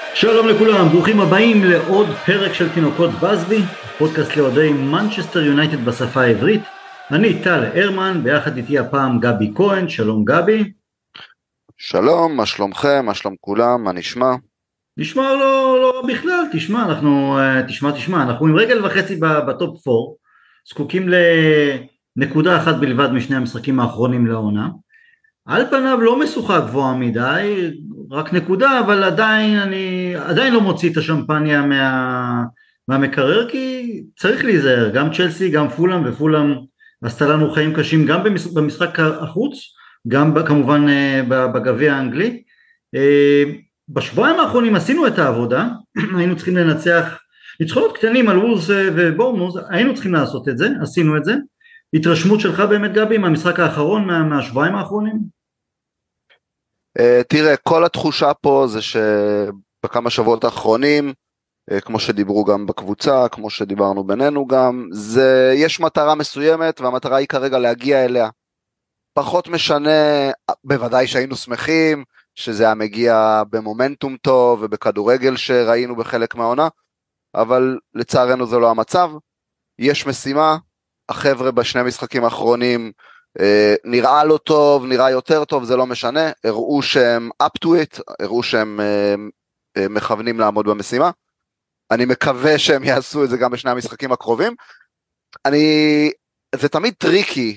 שלום לכולם, ברוכים הבאים לעוד פרק של תינוקות בסבי, פודקאסט לאוהדי מנצ'סטר יונייטד בשפה העברית. אני טל הרמן, ביחד איתי הפעם גבי כהן. שלום גבי. שלום, מה שלומכם? מה שלום כולם? מה נשמע? נשמע לא בכלל, תשמע, אנחנו עם רגל וחצי בטופ 4, זקוקים לנקודה אחת בלבד משני המשחקים האחרונים לעונה. על פניו לא משוכה גבוהה מדי, רק נקודה, אבל עדיין לא מוציא את השמפניה מהמקרר, כי צריך להיזהר, גם צ'לסי, גם פולאם, ופולאם עשתה לנו חיים קשים גם במשחק החוץ, גם כמובן בגביע האנגלי. בשבועיים האחרונים עשינו את העבודה, היינו צריכים לנצח ניצחונות קטנים על וולס ובורנמות', היינו צריכים לעשות את זה, עשינו את זה. התרשמות שלך באמת גבי מהמשחק האחרון, מהשבועיים האחרונים? תראה, כל התחושה פה זה שבכמה שבועות האחרונים, כמו שדיברו גם בקבוצה, כמו שדיברנו בינינו גם, יש מטרה מסוימת, והמטרה היא כרגע להגיע אליה. פחות משנה, בוודאי שהיינו שמחים, שזה היה מגיע במומנטום טוב, ובכדורגל שראינו בחלק מהעונה, אבל לצערנו זה לא המצב. יש משימה, החבר'ה בשני המשחקים האחרונים, נראה לא טוב, נראה יותר טוב, זה לא משנה, הראו שהם up to it, הראו שהם מכוונים לעמוד במשימה, אני מקווה שהם יעשו את זה גם בשני המשחקים הקרובים. זה תמיד טריקי,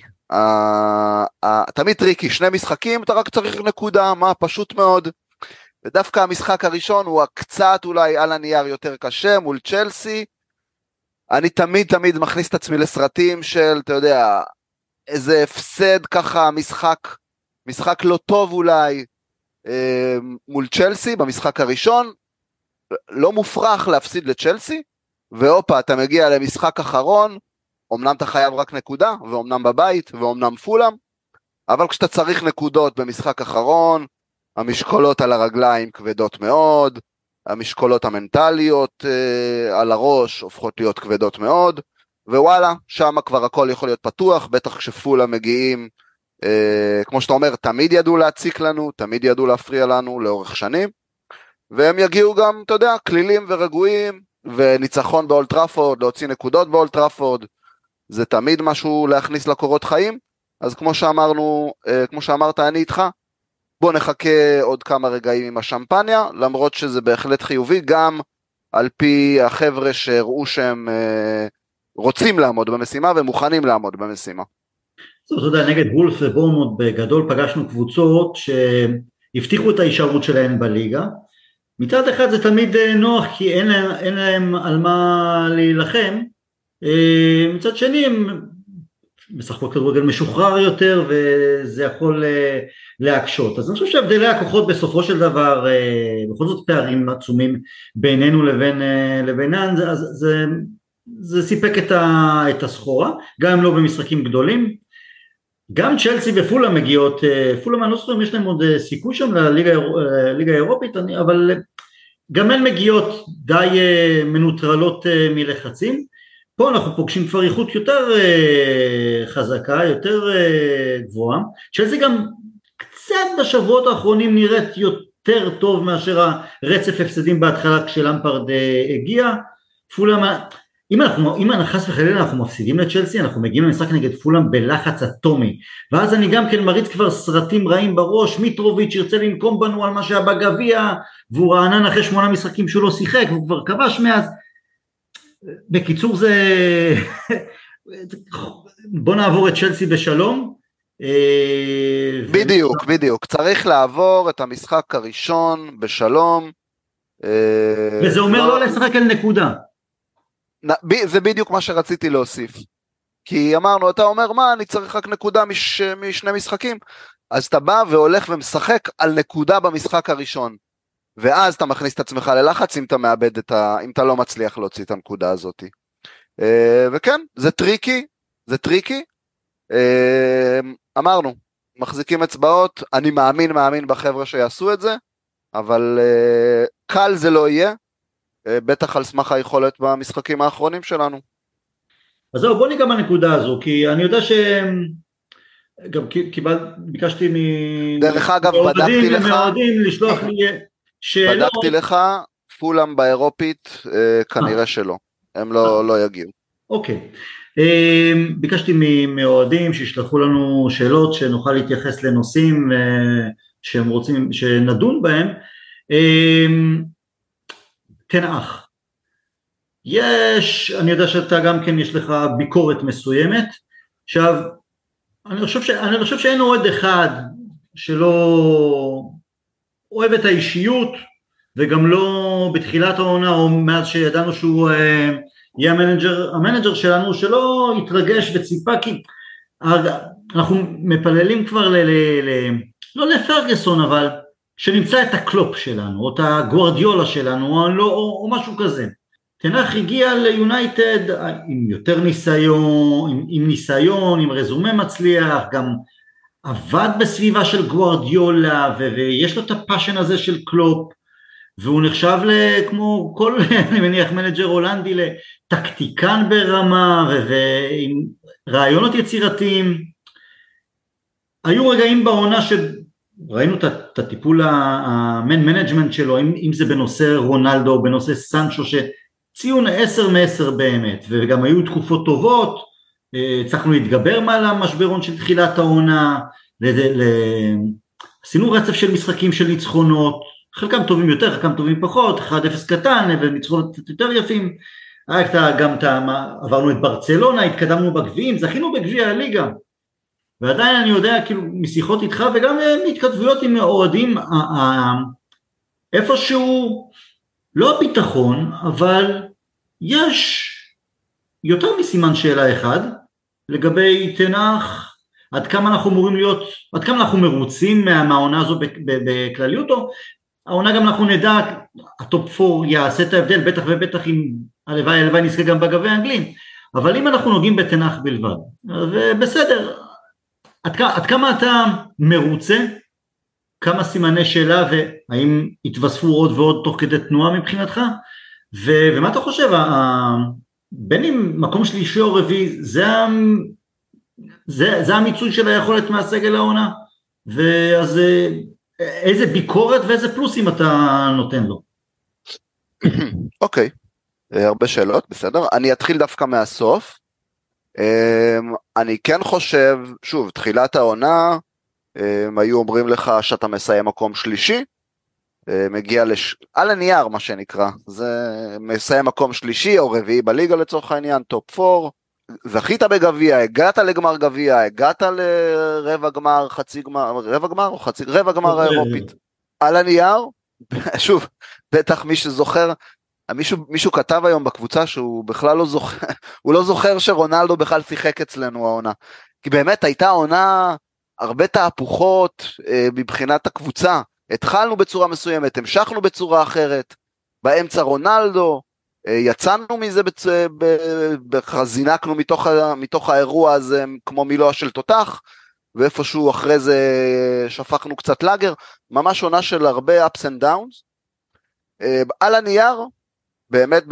תמיד טריקי, שני משחקים, אתה רק צריך נקודה, פשוט מאוד, ודווקא המשחק הראשון הוא קצת אולי על הנייר יותר קשה מול צ'לסי. אני תמיד מכניס את עצמי לסרטים של, אתה יודע, איזה הפסד ככה, משחק לא טוב אולי, מול צ'לסי במשחק הראשון, לא מופרך להפסיד לצ'לסי, ואופה, אתה מגיע למשחק אחרון, אמנם אתה חייב רק נקודה, ואומנם בבית, ואומנם פולאם, אבל כשאתה צריך נקודות במשחק אחרון, המשקולות על הרגליים כבדות מאוד, המשקולות המנטליות על הראש הופכות להיות כבדות מאוד, ווואלה, שם כבר הכל יכול להיות פתוח, בטח כשפולה מגיעים, כמו שאתה אומר, תמיד ידעו להציק לנו, תמיד ידעו להפריע לנו לאורך שנים, והם יגיעו גם, אתה יודע, כלילים ורגועים, וניצחון באולד טראפורד, להוציא נקודות באולד טראפורד, זה תמיד משהו להכניס לקורות חיים. אז כמו שאמרנו, כמו שאמרת, אני איתך, בוא נחכה עוד כמה רגעים עם השמפניה, למרות שזה בהחלט חיובי, גם על פי החבר'ה שהראו שהם רוצים לעמוד במשימה ומוכנים לעמוד במשימה. אתה יודע, נגד וולף ובורנמות' בגדול פגשנו קבוצות שהבטיחו את ההישארות שלהן בליגה. מצד אחד זה תמיד נוח, כי אין להם על מה להילחם. מצד שני הם משחקות כדורגל משוחרר יותר, וזה יכול להקשות. אז אני חושב שהבדלי הכוחות בסופו של דבר, בכל זאת פערים עצומים בינינו לבינן, אז זה סיפק את הסחורה, גם לא במשחקים גדולים. גם צ'לסי ופולאם מגיעות, פולאם אני לא זוכר אם יש להם עוד סיכוי שם לליגה האירופית, אבל גם הן מגיעות די מנוטרלות מלחצים. פה אנחנו פוגשים כבר איכות יותר חזקה, יותר גבוהה. צ'לסי גם קצת בשבועות האחרונים נראית יותר טוב מאשר הרצף הפסדים בהתחלה כשלמפרד הגיע. פולאם, אם חס וחלילה אנחנו מפסידים לצ'לסי, אנחנו מגיעים למשחק נגד פולאם בלחץ אטומי, ואז אני גם כן מריץ כבר סרטים רעים בראש, מיטרוביץ' ירצה לנקום בנו על מה שהיה בגביע, והוא רענן אחרי 8 משחקים שהוא לא שיחק, והוא כבר כבש מאז. בקיצור זה בוא נעבור את צ'לסי בשלום. בדיוק, צריך לעבור את המשחק הראשון בשלום, וזה אומר לא לשחק על נקודה. זה בדיוק מה שרציתי להוסיף, כי אמרנו, אתה אומר מה, אני צריך רק נקודה משני משחקים, אז אתה בא והולך ומשחק על נקודה במשחק הראשון, ואז אתה מכניס את עצמך ללחץ אם אתה מאבד אם אתה לא מצליח להוציא את הנקודה הזאת. וכן, זה טריקי, אמרנו, מחזיקים אצבעות, אני מאמין בחבר'ה שיעשו את זה, אבל קל זה לא יהיה, בטח על סמך היכולת במשחקים האחרונים שלנו. אז זהו, בוא ניגע בנקודה הזו, כי אני יודע גם ביקשתי דרך אגב, בדקתי לך, לשלוח לי שאלות. בדקתי לך, פולאם באירופית, כנראה שלא, הם לא יגיעו. אוקיי, ביקשתי מאוהדים שישלחו לנו שאלות שנוכל להתייחס לנושאים שהם רוצים שנדון בהם. תנח, אני יודע שאתה גם כן יש לך ביקורת מסוימת. עכשיו אני חושב שאין אוהד אחד שלא אוהב את האישיות, וגם לא בתחילת העונה או מאז שידענו שהוא יהיה המנג'ר שלנו, שלא יתרגש וציפה, כי אנחנו מפללים כבר לא לפרגסון, אבל שנמצא את הקלופ שלנו או את הגוארדיולה שלנו או משהו כזה. תנח הגיע ליונייטד עם יותר ניסיון, עם רזומה מצליח, גם עבד בסביבה של גוארדיולה, ויש לו את הפאשן הזה של קלופ, והוא נחשב כמו כל, אני מניח, מנג'ר הולנדי, לטקטיקן ברמה, ועם רעיונות יצירתיים. היו רגעים בעונה שראינו את הטיפול המנג'מנט שלו, אם זה בנושא רונלדו או בנושא סנצ'ו, שציון 10 מ-10 באמת, וגם היו תקופות טובות, הצלחנו להתגבר מעל המשברון של תחילת העונה, עשינו רצף של משחקים של ניצחונות, חלקם טובים יותר, חלקם טובים פחות, 1-0 קטן וניצחונות יותר יפים. עברנו את ברצלונה, התקדמנו בגביעים, זכינו בגביע הליגה, ועדיין אני יודע כאילו משיחות איתך וגם מהתכתבויות עם אוהדים, איפשהו לא ביטחון, אבל יש יותר מסימן שאלה אחד לגבי תנח, עד כמה אנחנו אמורים להיות, עד כמה אנחנו מרוצים מהעונה הזו בכלליות, או העונה גם אנחנו נדע, הטופ 4 יעשה את ההבדל, בטח ובטח אם הלוואי נזכה גם בגביע האנגלי, אבל אם אנחנו נוגעים בתנח בלבד, ובסדר, עד כמה אתה מרוצה, כמה סימני שאלה, והאם התווספו עוד ועוד תוך כדי תנועה מבחינתך, ומה אתה חושב, בין אם מקום שלישי או רביעי, זה המיצוי של היכולת מהסגל העונה, ואז איזה ביקורת ואיזה פלוסים אתה נותן לו? אוקיי, הרבה שאלות, בסדר. אני אתחיל דווקא מהסוף. אני כן חושב, שוב, תחילת העונה, היו אומרים לך שאתה מסיים מקום שלישי, מגיע על הנייר מה שנקרא, זה מסיים מקום שלישי או רביעי בליגה לצורך העניין, טופ 4, זכית בגביע, הגעת לגמר גביע, הגעת לרבע גמר, חצי גמר, רבע גמר האירופית. על הנייר, שוב, בטח מי שזוכר, מישהו כתב היום בקבוצה שהוא בכלל לא זוכר, הוא לא זוכר שרונלדו בכלל שיחק אצלנו העונה, כי באמת הייתה עונה הרבה תהפוכות מבחינת הקבוצה, התחלנו בצורה מסוימת, המשכנו בצורה אחרת, באמצע רונלדו, יצאנו מזה, זינקנו מתוך האירוע הזה כמו מילואה של תותח, ואיפשהו אחרי זה שפכנו קצת לגר, ממש עונה של הרבה ups and downs. על הנייר, באמת,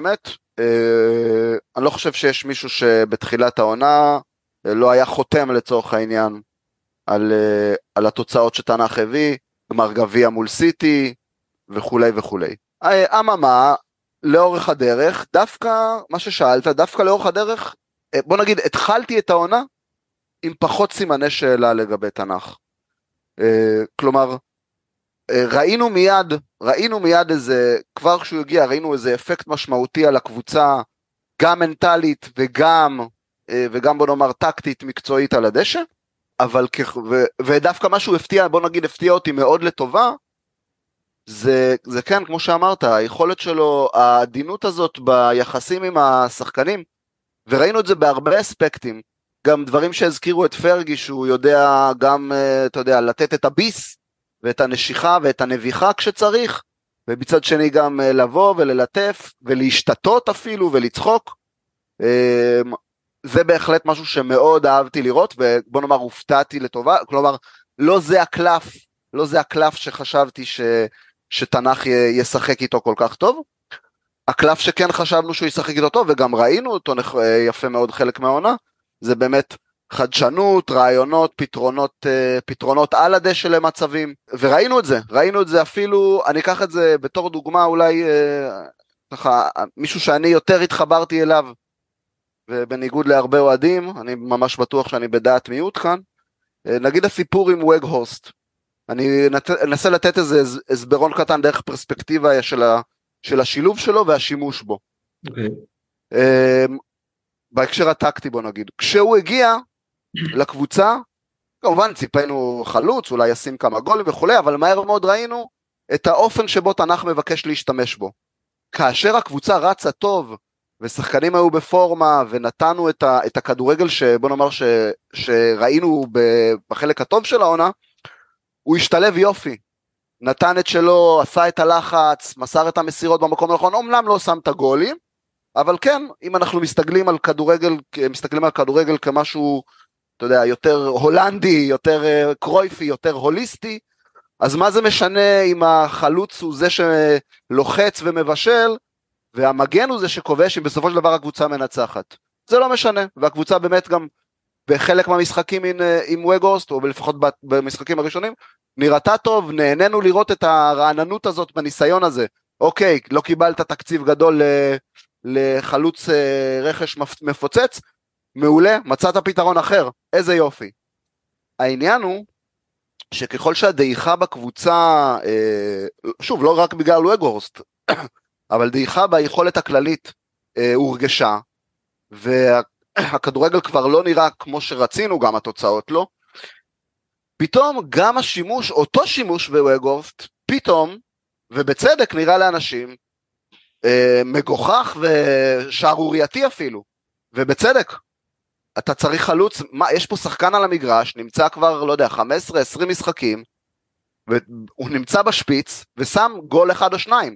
אני לא חושב שיש מישהו שבתחילת העונה לא היה חותם לצורך העניין על התוצאות שתנח הביא, גמר גביע מול סיטי וכולי וכולי. אממה, לאורך הדרך, דווקא מה ששאלת, דווקא לאורך הדרך, בוא נגיד, התחלתי את העונה עם פחות סימני שאלה לגבי תנח. כלומר, ראינו מיד איזה, כבר כשהוא הגיע, ראינו איזה אפקט משמעותי על הקבוצה, גם מנטלית וגם בוא נאמר טקטית מקצועית על הדשא, אבל ודווקא משהו הפתיע אותי מאוד לטובה, זה כן, כמו שאמרת, היכולת שלו, העדינות הזאת ביחסים עם השחקנים, וראינו את זה בהרבה אספקטים, גם דברים שהזכירו את פרגי, שהוא יודע גם, אתה יודע, לתת את הביס, ואת הנשיכה ואת הנביחה כשצריך, ובצד שני גם לבוא וללטף, ולהשתתות אפילו, ולצחוק, זה בהחלט משהו שמאוד אהבתי לראות, ובוא נאמר הופתעתי לטובה, כלומר, לא זה הקלף שחשבתי שתנח ישחק איתו כל כך טוב, הקלף שכן חשבנו שהוא ישחק איתו טוב, וגם ראינו אותו יפה מאוד חלק מהעונה, זה באמת חדשנות, רעיונות, פתרונות על הדשא למצבים, וראינו את זה אפילו, אני אקח את זה בתור דוגמה אולי, ככה, מישהו שאני יותר התחברתי אליו, ובניגוד להרבה אוהדים, אני ממש בטוח שאני בדעת מיעוט כאן, נגיד הסיפור עם וגהורסט, אני אנסה לתת איזה הסברון קטן דרך פרספקטיבה של השילוב שלו והשימוש בו. אוקיי. בהקשר הטקטי בוא נגיד, כשהוא הגיע לקבוצה, כמובן ציפינו חלוץ, אולי ישים כמה גולים וכולי, אבל מהר מאוד ראינו את האופן שבו תנ"ך מבקש להשתמש בו. כאשר הקבוצה רצה טוב, ושחקנים היו בפורמה, ונתנו את הכדורגל שבוא נאמר שראינו בחלק הטוב של העונה, הוא השתלב יופי, נתן את שלו, עשה את הלחץ, מסר את המסירות במקום הנכון, אומנם לא שם את הגולים, אבל כן, אם אנחנו מסתכלים על כדורגל כמשהו, אתה יודע, יותר הולנדי, יותר קרויפי, יותר הוליסטי, אז מה זה משנה אם החלוץ הוא זה שלוחץ ומבשל, והמגן הוא זה שכובש, אם בסופו של דבר הקבוצה מנצחת. זה לא משנה, והקבוצה באמת גם בחלק מהמשחקים עם וגהורסט, או לפחות במשחקים הראשונים, נראתה טוב, נהנינו לראות את הרעננות הזאת בניסיון הזה. אוקיי, לא קיבלת תקציב גדול לחלוץ רכש מפוצץ, מעולה, מצאת פתרון אחר, איזה יופי. העניין הוא שככל שהדעיכה בקבוצה, שוב, לא רק בגלל וגהורסט, אבל דעיכה ביכולת הכללית הורגשה, והכדורגל כבר לא נראה כמו שרצינו, גם התוצאות לא, פתאום גם השימוש, אותו שימוש בווגהורסט, פתאום, ובצדק נראה לאנשים, מגוחך ושערורייתי אפילו, ובצדק, אתה צריך חלוץ, יש פה שחקן על המגרש, נמצא כבר, לא יודע, 15-20 משחקים, והוא נמצא בשפיץ, ושם גול אחד או שניים,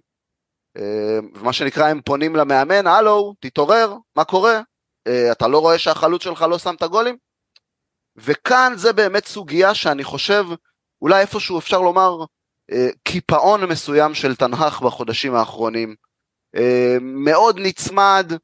ומה שנקרא, הם פונים למאמן, הלו, תתעורר, מה קורה? אתה לא רואה שהחלוץ שלך לא שם את הגולים? וכאן זה באמת סוגיה שאני חושב, אולי איפשהו אפשר לומר, קיפאון מסוים של תנ"ך בחודשים האחרונים, מאוד נצמד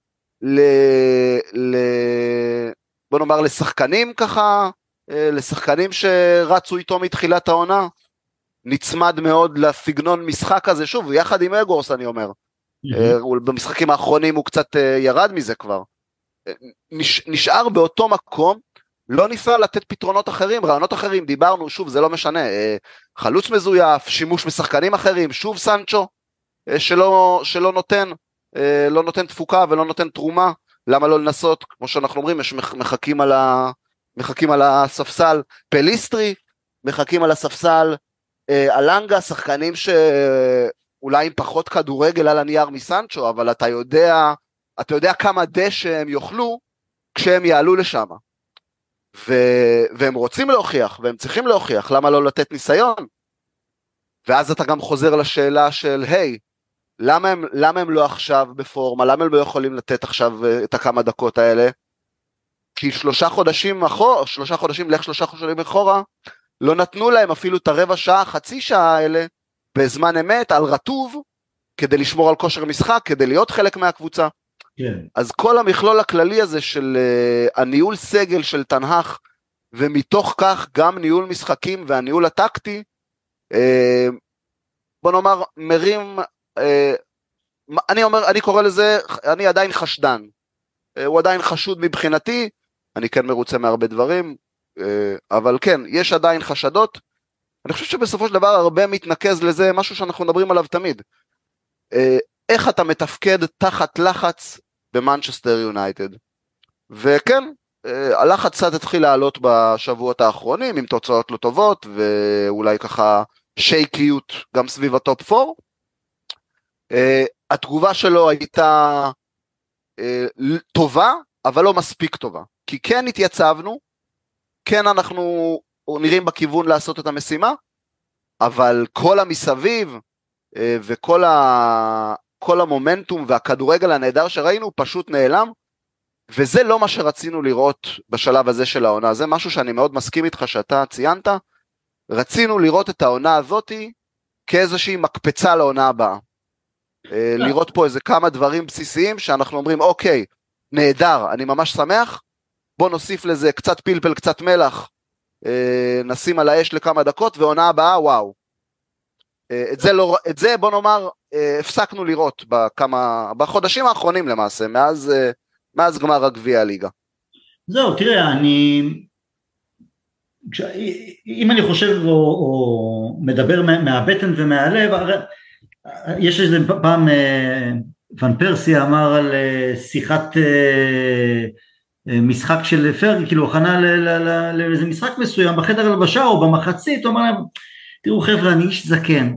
בוא נאמר לשחקנים ככה, לשחקנים שרצו איתו מתחילת העונה, נצמד מאוד לסגנון משחק הזה, שוב, יחד עם וגהורסט אני אומר, במשחקים האחרונים הוא קצת ירד מזה כבר, נשאר באותו מקום, לא ניסה לתת פתרונות אחרים, רעיונות אחרים, דיברנו, שוב, זה לא משנה, חלוץ מזויף, שימוש בשחקנים אחרים, שוב סנצ'ו, שלא נותן, לא נותן תפוקה ולא נותן תרומה, למה לא לנסות, כמו שאנחנו אומרים, מחכים על הספסל פליסטרי, מחכים על הספסל אלנגה, שחקנים שאולי עם פחות כדורגל על הנייר מסנצ'ו, אבל אתה יודע כמה דשא הם יאכלו, כשהם יעלו לשם. והם רוצים להוכיח, והם צריכים להוכיח, למה לא לתת ניסיון? ואז אתה גם חוזר לשאלה של, היי, למה הם לא עכשיו בפורמה, למה הם לא יכולים לתת עכשיו את הכמה דקות האלה? כי 3 חודשים אחורה, לא נתנו להם אפילו את הרבע שעה, חצי שעה האלה, בזמן אמת, על רטוב, כדי לשמור על כושר משחק, כדי להיות חלק מהקבוצה. כן. אז כל המכלול הכללי הזה של הניהול סגל של תנ"ך, ומתוך כך גם ניהול משחקים והניהול הטקטי, בוא נאמר, מרים, אני קורא לזה, אני עדיין חשדן, הוא עדיין חשוד מבחינתי, אני כן מרוצה מהרבה דברים, אבל כן, יש עדיין חשדות, אני חושב שבסופו של דבר הרבה מתנקז לזה, משהו שאנחנו מדברים עליו תמיד, איך אתה מתפקד תחת לחץ במנצ'סטר יונייטד, וכן, הלחץ קצת התחיל לעלות בשבועות האחרונים, עם תוצאות לא טובות, ואולי ככה שייקיות גם סביב הטופ 4, התגובה שלו הייתה טובה, אבל לא מספיק טובה, כי כן התייצבנו, כן אנחנו נראים בכיוון לעשות את המשימה, אבל כל המסביב, וכל כל המומנטום והכדורגל הנהדר שראינו פשוט נעלם, וזה לא מה שרצינו לראות בשלב הזה של העונה, זה משהו שאני מאוד מסכים איתך שאתה ציינת, רצינו לראות את העונה הזאת כאיזושהי מקפצה לעונה הבאה, לראות פה איזה כמה דברים בסיסיים שאנחנו אומרים אוקיי, נהדר, אני ממש שמח, בוא נוסיף לזה קצת פלפל, קצת מלח, נשים על האש לכמה דקות, ועונה הבאה, וואו. את זה בוא נאמר, הפסקנו לראות בחודשים האחרונים למעשה, מאז גמר הגביע הליגה. זהו, תראה, אם אני חושב או מדבר מהבטן ומהלב, יש איזה פעם ון פרסי אמר על שיחת משחק של פרגי, כאילו הכנה לאיזה משחק מסוים בחדר הלבשה או במחצית, הוא אמר להם, תראו חבר'ה, אני איש זקן,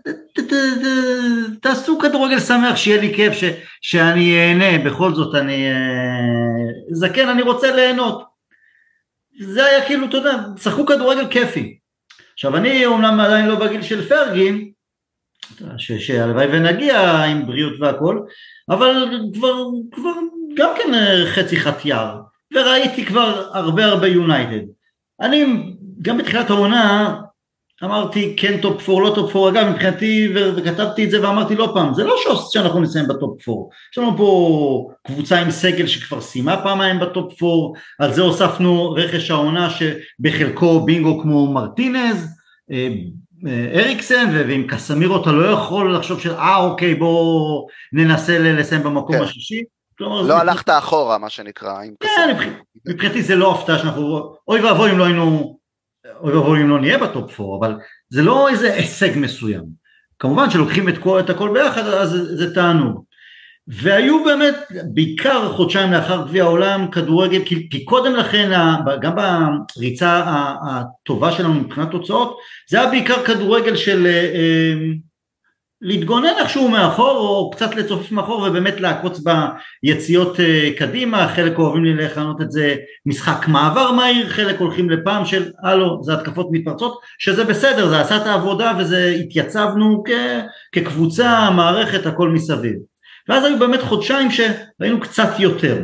תעשו כדורגל שמח, שיהיה לי כיף, שאני אהנה, בכל זאת אני זקן, אני רוצה ליהנות. זה היה כאילו, אתה יודע, שחקו כדורגל כיפי. עכשיו אני אומנם עדיין לא בגיל של פרגי, שהלוואי ונגיע עם בריאות והכל, אבל כבר גם כן חצי חתייר, וראיתי כבר הרבה יונייטד. אני גם בתחילת העונה אמרתי כן טופ 4, לא טופ 4, אגב מבחינתי, וכתבתי את זה ואמרתי לא פעם, זה לא שאנחנו נסיים בטופ 4, יש לנו פה קבוצה עם סגל שכבר סיימה פעמיים בטופ 4, על זה הוספנו רכש העונה שבחלקו בינגו כמו מרטינז, אריקסן, ועם קסמירו אתה לא יכול לחשוב אוקיי בוא ננסה לסיים במקום השישי. לא הלכת אחורה מה שנקרא. מבחינתי זה לא הפתעה שאנחנו, אוי ואבוי אם לא נהיה בטופ 4, אבל זה לא איזה הישג מסוים. כמובן שלוקחים את הכל ביחד, אז זה תענוג. והיו באמת, בעיקר חודשיים לאחר גביע העולם, כדורגל, כי קודם לכן, גם בריצה הטובה שלנו מבחינת תוצאות, זה היה בעיקר כדורגל של להתגונן איכשהו מאחור, או קצת לצופף מאחור, ובאמת לעקוץ ביציאות קדימה, חלק אוהבים לי לכנות את זה משחק מעבר מהיר, חלק הולכים לפעם של, זה התקפות מתפרצות, שזה בסדר, זה עשה את העבודה, וזה התייצבנו כקבוצה, מערכת, הכל מסביב. ואז היו באמת חודשיים שהיינו קצת יותר.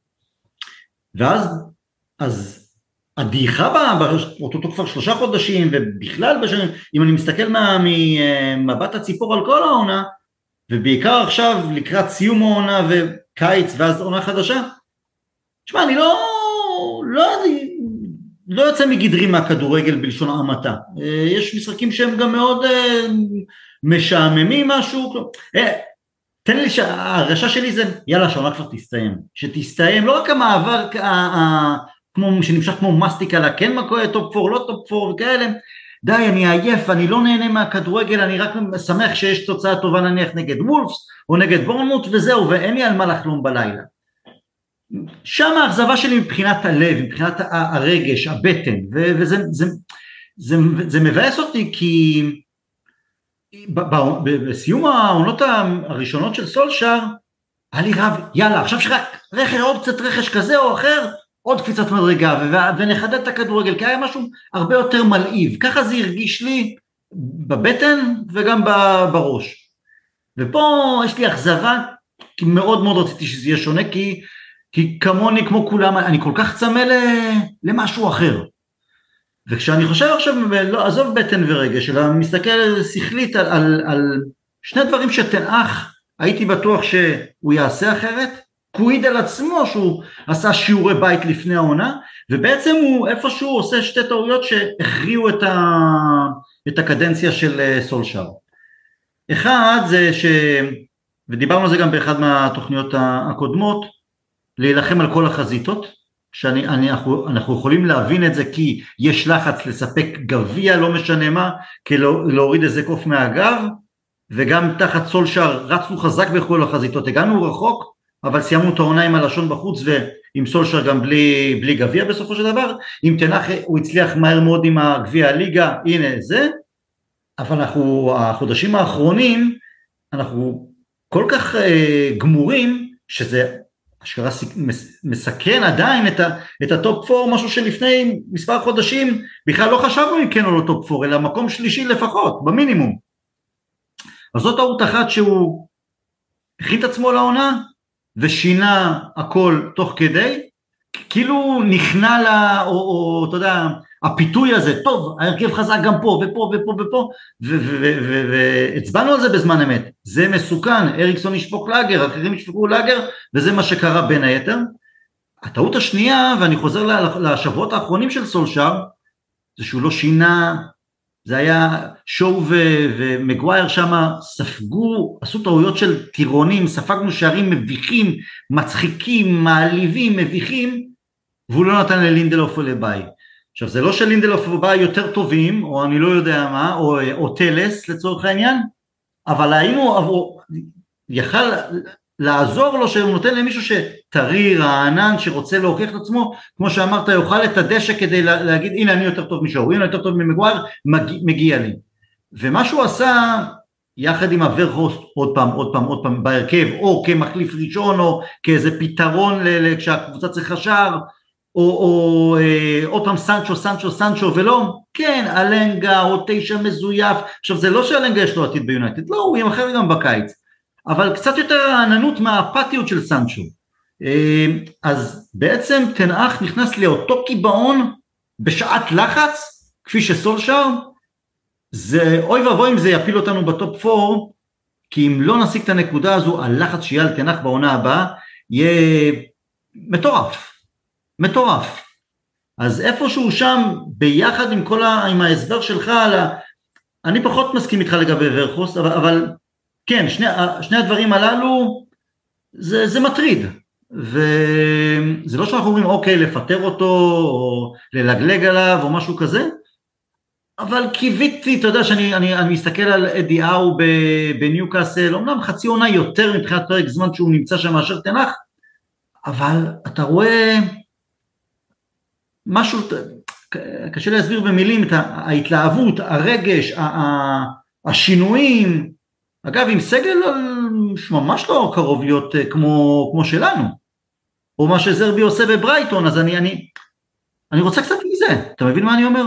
ואז, הדעיכה אותו כבר 3 חודשים, ובכלל, אם אני מסתכל ממבט הציפור על כל העונה, ובעיקר עכשיו לקראת סיום העונה וקיץ, ואז עונה חדשה, תשמע, אני לא יוצא מגדרי מהכדורגל בלשון המעטה. יש משחקים שהם גם מאוד משעממים משהו, תן לי שההרגשה שלי זה, יאללה, שהעונה כבר תסתיים, שתסתיים, לא רק המעבר כמו שנמשך כמו מסטיקה, לה כן מקוי, טופ 4, לא טופ 4 וכאלה, די, אני עייף, אני לא נהנה מהכדורגל, אני רק שמח שיש תוצאה טובה נניח נגד וולפס, או נגד בורנמוט וזהו, ואין לי על מה לחלום בלילה. שם האכזבה שלי מבחינת הלב, מבחינת הרגש, הבטן, וזה מבאס אותי כי בסיום העונות הראשונות של סולשר, היה לי רב, יאללה, עכשיו שרק עוד קצת רכש כזה או אחר, עוד קפיצת מדרגה, ונחדד את הכדורגל, כי היה משהו הרבה יותר מלאיב, ככה זה הרגיש לי בבטן וגם בראש. ופה יש לי אכזבה, כי מאוד מאוד רציתי שזה יהיה שונה, כי כמוני, כמו כולם, אני כל כך צמא למשהו אחר. וכשאני חושב עכשיו, לא, עזוב בטן ורגש, אלא מסתכל שכלית על שני דברים שתנח, הייתי בטוח שהוא יעשה אחרת, קויד על עצמו שהוא עשה שיעורי בית לפני העונה, ובעצם הוא איפשהו עושה שתי טעויות שהכריעו את הקדנציה של סולשר. אחד זה ודיברנו על זה גם באחד מהתוכניות הקודמות, להילחם על כל החזיתות, אנחנו יכולים להבין את זה כי יש לחץ לספק גביע, לא משנה מה, כי להוריד איזה קוף מהגב, וגם תחת סולשר רצנו חזק בכל החזיתות, הגענו רחוק, אבל סיימנו את העונה עם הלשון בחוץ, ועם סולשר גם בלי גביע בסופו של דבר, עם תנח הוא הצליח מהר מאוד עם הגביע הליגה, הנה זה, אבל החודשים האחרונים, אנחנו כל כך גמורים, שזה אשכרה מסכן עדיין את הטופ 4, משהו שלפני מספר חודשים, בכלל לא חשבנו אם כן או לא טופ 4, אלא מקום שלישי לפחות, במינימום. אז זאת טעות אחת שהוא הכין את עצמו לעונה, ושינה הכל תוך כדי, כאילו נכנע לה, או אתה יודע, הפיתוי הזה, טוב, ההרכב חזק גם פה, ופה, ופה, ופה, והצבענו על זה בזמן אמת, זה מסוכן, אריקסון ישפוך לאגר, אחרים ישפכו לאגר, וזה מה שקרה בין היתר. הטעות השנייה, ואני חוזר לשבועות האחרונים של סולשר, זה שהוא לא שינה, זה היה שואו ומגווייר שם, ספגו, עשו טעויות של טירונים, ספגנו שערים מביכים, מצחיקים, מעליבים, מביכים, והוא לא נתן ללינדלוף ולביי. עכשיו זה לא שלינדלוף ובא יותר טובים, או אני לא יודע מה, או טלס לצורך העניין, אבל יכל לעזור לו שהוא נותן למישהו שטרי, רענן, שרוצה להוכיח את עצמו, כמו שאמרת, יאכל את הדשא כדי להגיד, הנה אני יותר טוב משהו, הנה יותר טוב ממגווייר, מגיע לי. ומה שהוא עשה, יחד עם הוורהוסט, עוד פעם, בהרכב, או כמחליף ראשון, או כאיזה פתרון כשהקבוצה צריכה שער, או עוד פעם סנצ'ו, ולא, כן, אלנגה, או 9 מזויף, עכשיו זה לא שאלנגה יש לו עתיד ביונייטד, לא, הוא ימחר גם בקיץ, אבל קצת יותר העננות מהאפתיות של סנצ'ו, אז בעצם תנאך נכנס לאותו קיבעון, בשעת לחץ, כפי שסולשר, זה אוי ואבוי אם זה יפיל אותנו בטופ 4, כי אם לא נשיג את הנקודה הזו, הלחץ שיהיה על תנאך בעונה הבאה, יהיה מטורף. אז איפשהו שם, ביחד עם ההסבר שלך, אני פחות מסכים איתך לגבי ורכוס, אבל כן, שני הדברים הללו, זה מטריד, וזה לא שאנחנו אומרים, אוקיי, לפטר אותו, או ללגלג עליו, או משהו כזה, אבל קיוויתי, אתה יודע שאני מסתכל על אדי אאו בניוקאסל, אומנם חצי עונה יותר מבחינת פרק זמן שהוא נמצא שם מאשר תנח, אבל אתה רואה משהו, קשה להסביר במילים, את ההתלהבות, הרגש, השינויים, אגב עם סגל ממש לא קרוב להיות כמו שלנו, או מה שזרבי עושה בברייטון, אז אני רוצה קצת מזה, אתה מבין מה אני אומר?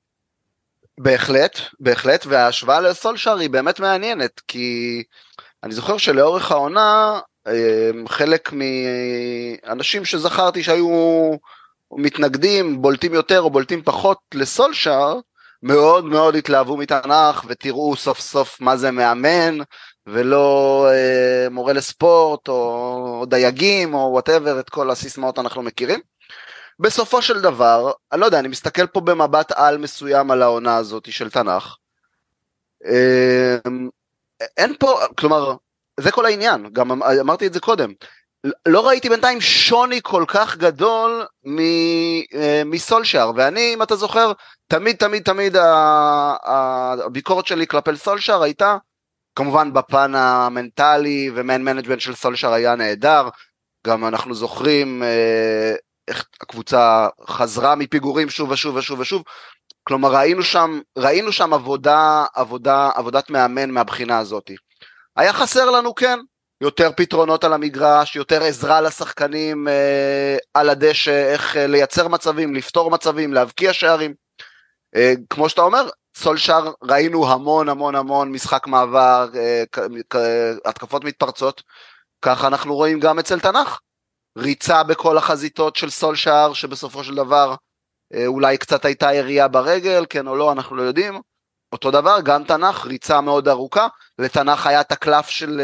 בהחלט, וההשוואה לסולשר היא באמת מעניינת, כי אני זוכר שלאורך העונה, חלק מאנשים שזכרתי שהיו מתנגדים, בולטים יותר או בולטים פחות לסולשר, מאוד מאוד התלהבו מתנ"ך, ותראו סוף סוף מה זה מאמן, ולא מורה לספורט, או דייגים, או whatever, את כל הסיסמאות אנחנו מכירים. בסופו של דבר, אני לא יודע, אני מסתכל פה במבט על מסוים על העונה הזאת של תנ"ך, אין פה, כלומר, זה כל העניין, גם אמרתי את זה קודם, לא ראיתי בינתיים שוני כל כך גדול מסולשר, ואני, אם אתה זוכר, תמיד הביקורת שלי כלפי סולשר הייתה, כמובן בפן המנטלי ומן מנג'מנט של סולשר היה נהדר, גם אנחנו זוכרים איך הקבוצה חזרה מפיגורים שוב ושוב, כלומר ראינו שם עבודת מאמן מהבחינה הזאת. היה חסר לנו כן, יותר פתרונות על המגרש, יותר עזרה לשחקנים על הדשא, איך לייצר מצבים, לפתור מצבים, להבקיע שערים. כמו שאתה אומר, סולשר ראינו המון משחק מעבר, התקפות מתפרצות, ככה אנחנו רואים גם אצל תנ"ך, ריצה בכל החזיתות של סולשר, שבסופו של דבר אולי קצת הייתה ירייה ברגל, כן או לא, אנחנו לא יודעים, אותו דבר, גם תנ"ך, ריצה מאוד ארוכה, לתנ"ך היה את הקלף של,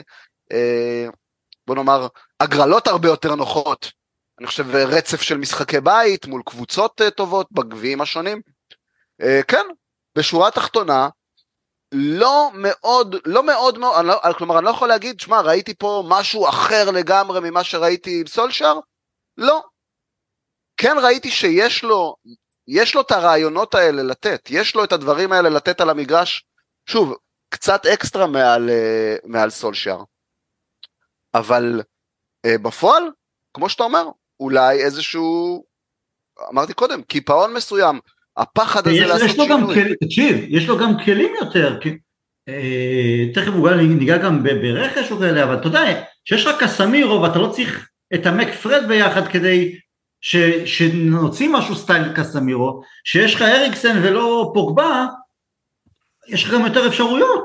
בוא נאמר, הגרלות הרבה יותר נוחות, אני חושב רצף של משחקי בית, מול קבוצות טובות, בגביעים השונים, כן, בשורה התחתונה, לא מאוד, כלומר אני לא יכול להגיד, שמה, ראיתי פה משהו אחר לגמרי ממה שראיתי עם סולשר, לא, כן ראיתי שיש לו את הרעיונות האלה לתת, יש לו את הדברים האלה לתת על המגרש, שוב, קצת אקסטרה מעל סולשר, אבל בפועל, כמו שאתה אומר, אולי איזשהו, אמרתי קודם, קיפאון מסוים, הפחד הזה לעשות שינוי. תקשיב, יש לו גם כלים יותר, תכף הוא ניגע גם ברכש או כאלה, אבל אתה יודע, שיש לך קסמירו ואתה לא צריך את המק פרד ביחד כדי שנוציא משהו סטייל קסמירו, שיש לך אריקסן ולא פוגבה, יש לך גם יותר אפשרויות.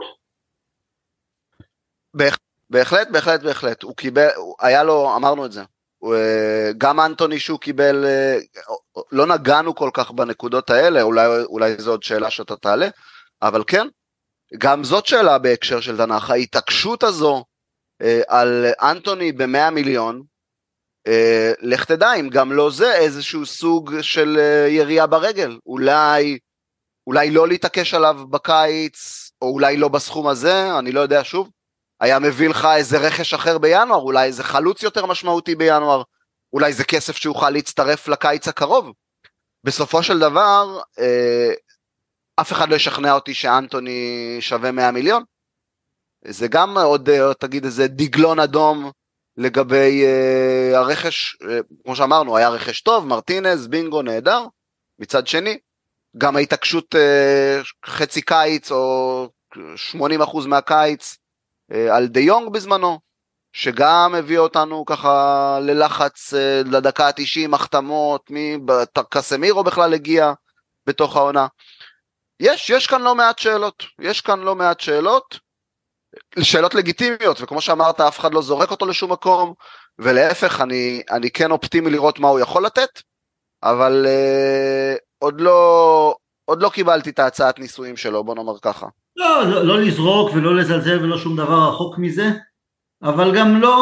בהחלט, הוא קיבל, היה לו, אמרנו את זה, גם אנטוני שהוא קיבל, לא נגענו כל כך בנקודות האלה, אולי זו עוד שאלה שאתה תעלה, אבל כן, גם זאת שאלה בהקשר של תנ"ך, ההתעקשות הזו על אנטוני ב100 מיליון, לך תדע אם גם לא זה איזשהו סוג של ירייה ברגל, אולי לא להתעקש עליו בקיץ, או אולי לא בסכום הזה, אני לא יודע, שוב, היה מביא לך איזה רכש אחר בינואר, אולי איזה חלוץ יותר משמעותי בינואר, אולי זה כסף שיוכל להצטרף לקיץ הקרוב. בסופו של דבר, אף אחד לא ישכנע אותי שאנטוני שווה 100 מיליון, זה גם עוד, תגיד, איזה דגלון אדום לגבי הרכש, כמו שאמרנו, היה רכש טוב, מרטינז, בינגו, נהדר, מצד שני, גם ההתעקשות חצי קיץ, או 80% מהקיץ, על די יונג בזמנו, שגם הביא אותנו ככה ללחץ לדקה ה-90, החתמות, קסמירו בכלל הגיע בתוך העונה. יש כאן לא מעט שאלות, שאלות לגיטימיות, וכמו שאמרת, אף אחד לא זורק אותו לשום מקום, ולהפך, אני כן אופטימי לראות מה הוא יכול לתת, אבל עוד לא קיבלתי את ההצעת ניסויים שלו, בוא נאמר ככה. לא לזרוק ולא לזלזל ולא שום דבר רחוק מזה, אבל גם לא,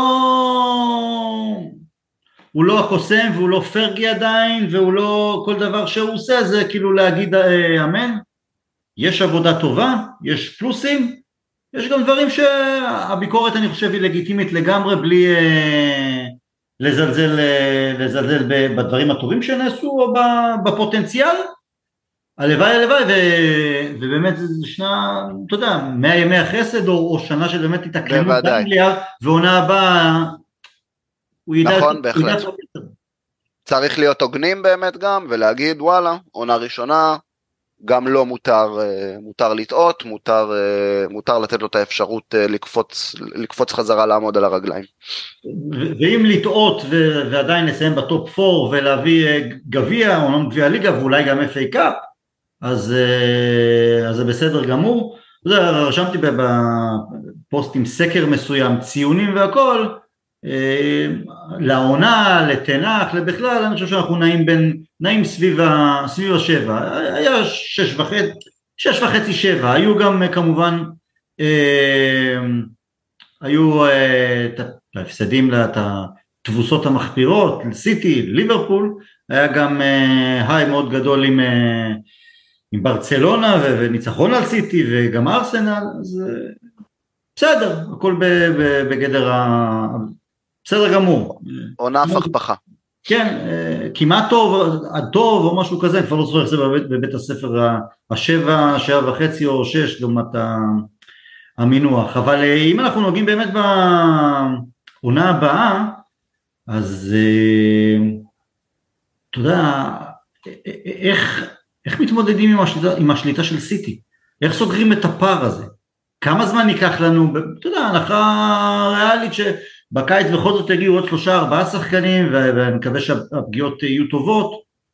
הוא לא הקוסם והוא לא פרגי עדיין, והוא לא, כל דבר שהוא עושה זה כאילו להגיד אמן. יש עבודה טובה, יש פלוסים, יש גם דברים שהביקורת אני חושב היא לגיטימית לגמרי, בלי לזלזל בדברים הטובים שנעשו או בפוטנציאל. הלוואי, ובאמת זה שנה, אתה יודע, 100 ימי החסד, או שנה שבאמת תתאקלמו באנגליה, ועונה הבאה, הוא ידע... נכון, בהחלט. צריך להיות הוגנים באמת גם, ולהגיד, וואלה, עונה ראשונה, גם לא מותר לטעות, מותר לתת לו את האפשרות לקפוץ חזרה לעמוד על הרגליים. ואם לטעות ועדיין לסיים בטופ 4, ולהביא גביע, או גביע ליגה, ואולי גם FA קאפ, אז זה בסדר גמור. רשמתי בפוסט עם סקר מסוים, ציונים והכל, לעונה, לתנח, לבכלל, אני חושב שאנחנו נעים סביב ה7, היה 6.5, 7, היו גם כמובן, היו את ההפסדים, את התבוסות המחפירות, סיטי, ליברפול, היה גם היי מאוד גדול עם ברצלונה וניצחון על סיטי וגם ארסנל, אז בסדר, הכל בגדר בסדר גמור. עונה פחפחה. כן, כמעט טוב או משהו כזה, אני כבר לא זוכר איך זה בבית הספר ה7.5 או 6 לעומת המינוח, אבל אם אנחנו נוגעים באמת בעונה הבאה, אז אתה יודע, איך מתמודדים עם השליטה של סיטי? איך סוגרים את הפער הזה? כמה זמן ייקח לנו, אתה יודע, הנחה ריאלית שבקיץ בכל זאת יגיעו עוד 3-4 שחקנים, ואני מקווה שהפגיעות יהיו טובות,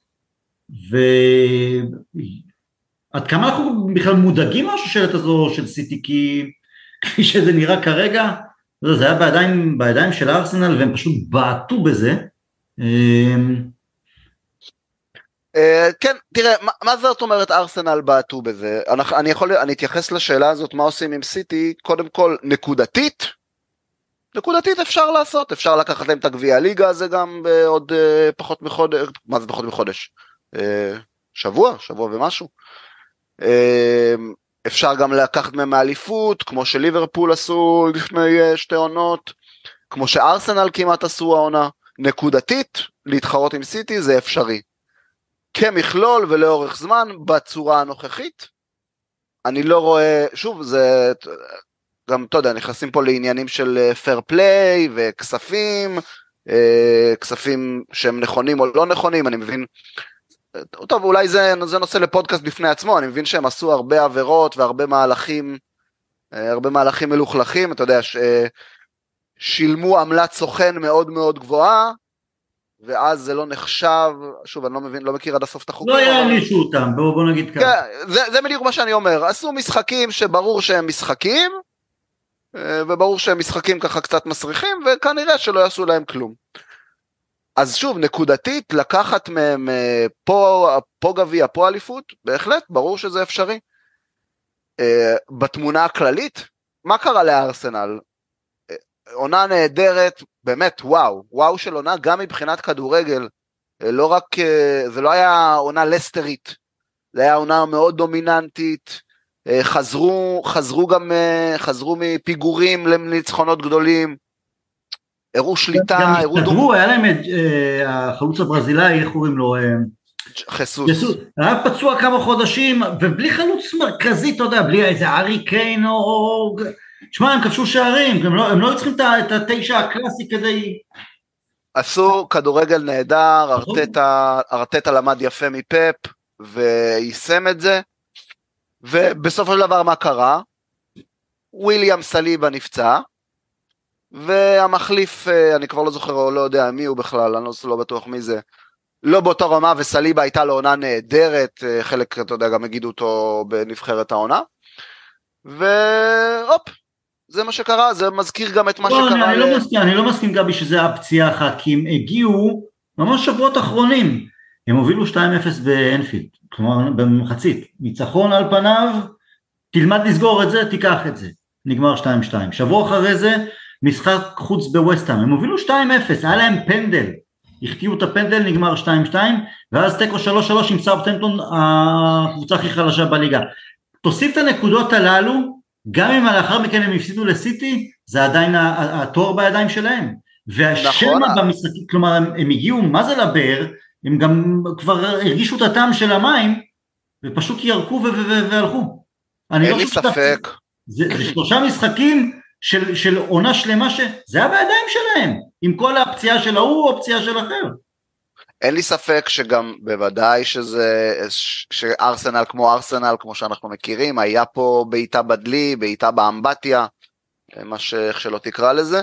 ועד כמה אנחנו בכלל מודאגים מהשושלת הזו של סיטי, כי כפי שזה נראה כרגע, זה היה בידיים של ארסנל, והם פשוט בעטו בזה. כן, תראה, מה זאת אומרת ארסנל בעטו בזה? אני אתייחס לשאלה הזאת, מה עושים עם סיטי? קודם כל, נקודתית אפשר לעשות, אפשר לקחת להם את הגביע הליגה הזה גם בעוד פחות מחודש, מה זה פחות מחודש? שבוע ומשהו. אפשר גם לקחת מהם מאליפות, כמו שליברפול עשו לפני 2 עונות, כמו שארסנל כמעט עשו העונה. נקודתית, להתחרות עם סיטי זה אפשרי. כמכלול ולאורך זמן, בצורה הנוכחית, אני לא רואה, שוב, זה גם, אתה יודע, נכנסים פה לעניינים של פייר פליי וכספים, כספים שהם נכונים או לא נכונים, אני מבין, טוב, אולי זה נושא לפודקאסט בפני עצמו, אני מבין שהם עשו הרבה עבירות והרבה מהלכים מלוכלכים, אתה יודע, שילמו עמלת סוכן מאוד מאוד גבוהה, ואז זה לא נחשב, שוב, אני לא מבין, לא מכיר עד הסוף את החוקים. לא יענישו אותם, בוא נגיד ככה. זה בדיוק מה שאני אומר, עשו משחקים שברור שהם משחקים, וברור שהם משחקים ככה קצת מסריחים, וכנראה שלא יעשו להם כלום. אז שוב, נקודתית, לקחת מהם פה גביע, פה אליפות, בהחלט, ברור שזה אפשרי. בתמונה הכללית, מה קרה לארסנל? עונה נהדרת, באמת וואו של עונה, גם מבחינת כדורגל, לא רק, זה לא היה עונה לסטרית, זה היה עונה מאוד דומיננטית, חזרו מפיגורים לניצחונות גדולים, הראו שליטה, גם הסתדרו, היה להם החלוץ הברזילאי, איך קוראים לו? חסוס. היה פצוע כמה חודשים, ובלי חלוץ מרכזי, אתה יודע, בלי איזה ארי קיין או... תשמע, הם כבשו שערים, הם לא צריכים את התשע הקלאסי כדי... עשו כדורגל נהדר, ארטטה למד יפה מפפ, ויישם את זה, ובסופו של דבר מה קרה? וויליאם סליבה נפצע, והמחליף, אני כבר לא זוכר או לא יודע מי הוא בכלל, אני לא בטוח מי זה, לא באותה רמה, וסליבה הייתה לו עונה נהדרת, חלק, אתה יודע, גם הגידו אותו בנבחרת העונה, והופ, זה מה שקרה, זה מזכיר גם את מה שקרה. אני לא מסכים גבי שזה הפציעה אחת, כי הם הגיעו ממש שבועות אחרונים, הם הובילו 2-0 באנפילד, כלומר במחצית, ניצחון על פניו, תלמד לסגור את זה, תיקח את זה, נגמר 2-2, שבוע אחרי זה, משחק חוץ בווסטהאם, הם הובילו 2-0, היה להם פנדל, החטיאו את הפנדל, נגמר 2-2, ואז תיקו 3-3 עם סאות'המפטון, הקבוצה הכי חלשה בליגה. תוסיף את הנקודות הללו, גם אם לאחר מכן הם הפסידו לסיטי, זה עדיין התואר בידיים שלהם. והשמה במשחקים, כלומר הם הגיעו, מה זה לבאר, הם גם כבר הרגישו את הטעם של המים, ופשוט ירקו והלכו. אין לי ספק. זה 3 משחקים של עונה שלמה שזה היה בידיים שלהם, עם כל הפציעה של ההוא או פציעה של אחר. אין לי ספק שגם בוודאי שארסנל כמו שאנחנו מכירים, היה פה בעיטה בדלי, בעיטה באמבטיה, איך שלא תקרא לזה,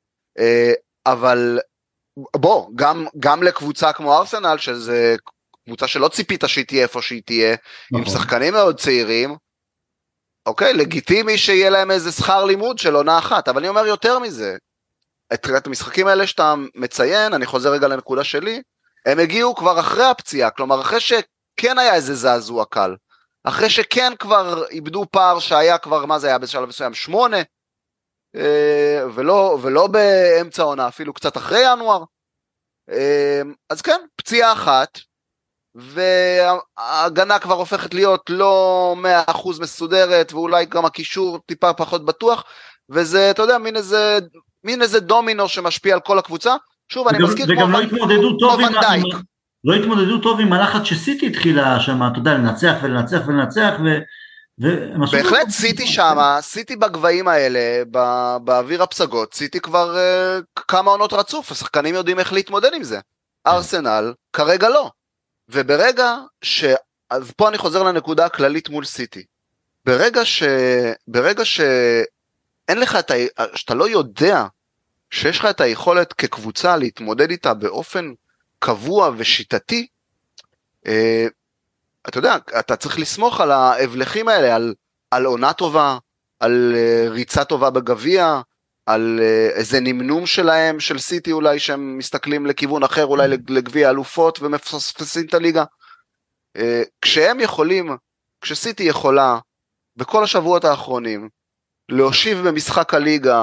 אבל בוא, גם לקבוצה כמו ארסנל, שזה קבוצה שלא ציפית שהיא תהיה איפה שהיא תהיה, עם שחקנים מאוד צעירים, אוקיי, לגיטימי שיהיה להם איזה שכר לימוד של עונה אחת, אבל אני אומר יותר מזה, את המשחקים האלה שאתה מציין, אני חוזר רגע לנקודה שלי, הם הגיעו כבר אחרי הפציעה, כלומר אחרי שכן היה איזה זעזוע קל, אחרי שכן כבר איבדו פער שהיה כבר, מה זה היה בשלב מסוים, 8, ולא באמצע עונה, אפילו קצת אחרי ינואר, אז כן, פציעה אחת, וההגנה כבר הופכת להיות לא 100% מסודרת, ואולי גם הקישור טיפה פחות בטוח, וזה, אתה יודע, מין איזה דומינו שמשפיע על כל הקבוצה, שוב, אני מזכיר וגם לא התמודדו טוב עם הלחץ שסיטי התחילה שם, אתה יודע, לנצח, בהחלט סיטי שם, סיטי בגבהים האלה, באוויר הפסגות, סיטי כבר כמה עונות רצוף, השחקנים יודעים איך להתמודד עם זה, ארסנל כרגע לא, וברגע אז פה אני חוזר לנקודה הכללית מול סיטי, ברגע שאין לך שאתה לא יודע, שיש לך את היכולת כקבוצה להתמודד איתה באופן קבוע ושיטתי, אתה יודע, אתה צריך לסמוך על ההבלחים האלה, על עונה טובה, על ריצה טובה בגביע, על איזה נמנום שלהם, של סיטי אולי, שהם מסתכלים לכיוון אחר, אולי לגביע אלופות ומפספסים את הליגה. כשסיטי יכולה, בכל השבועות האחרונים, להושיב במשחק הליגה,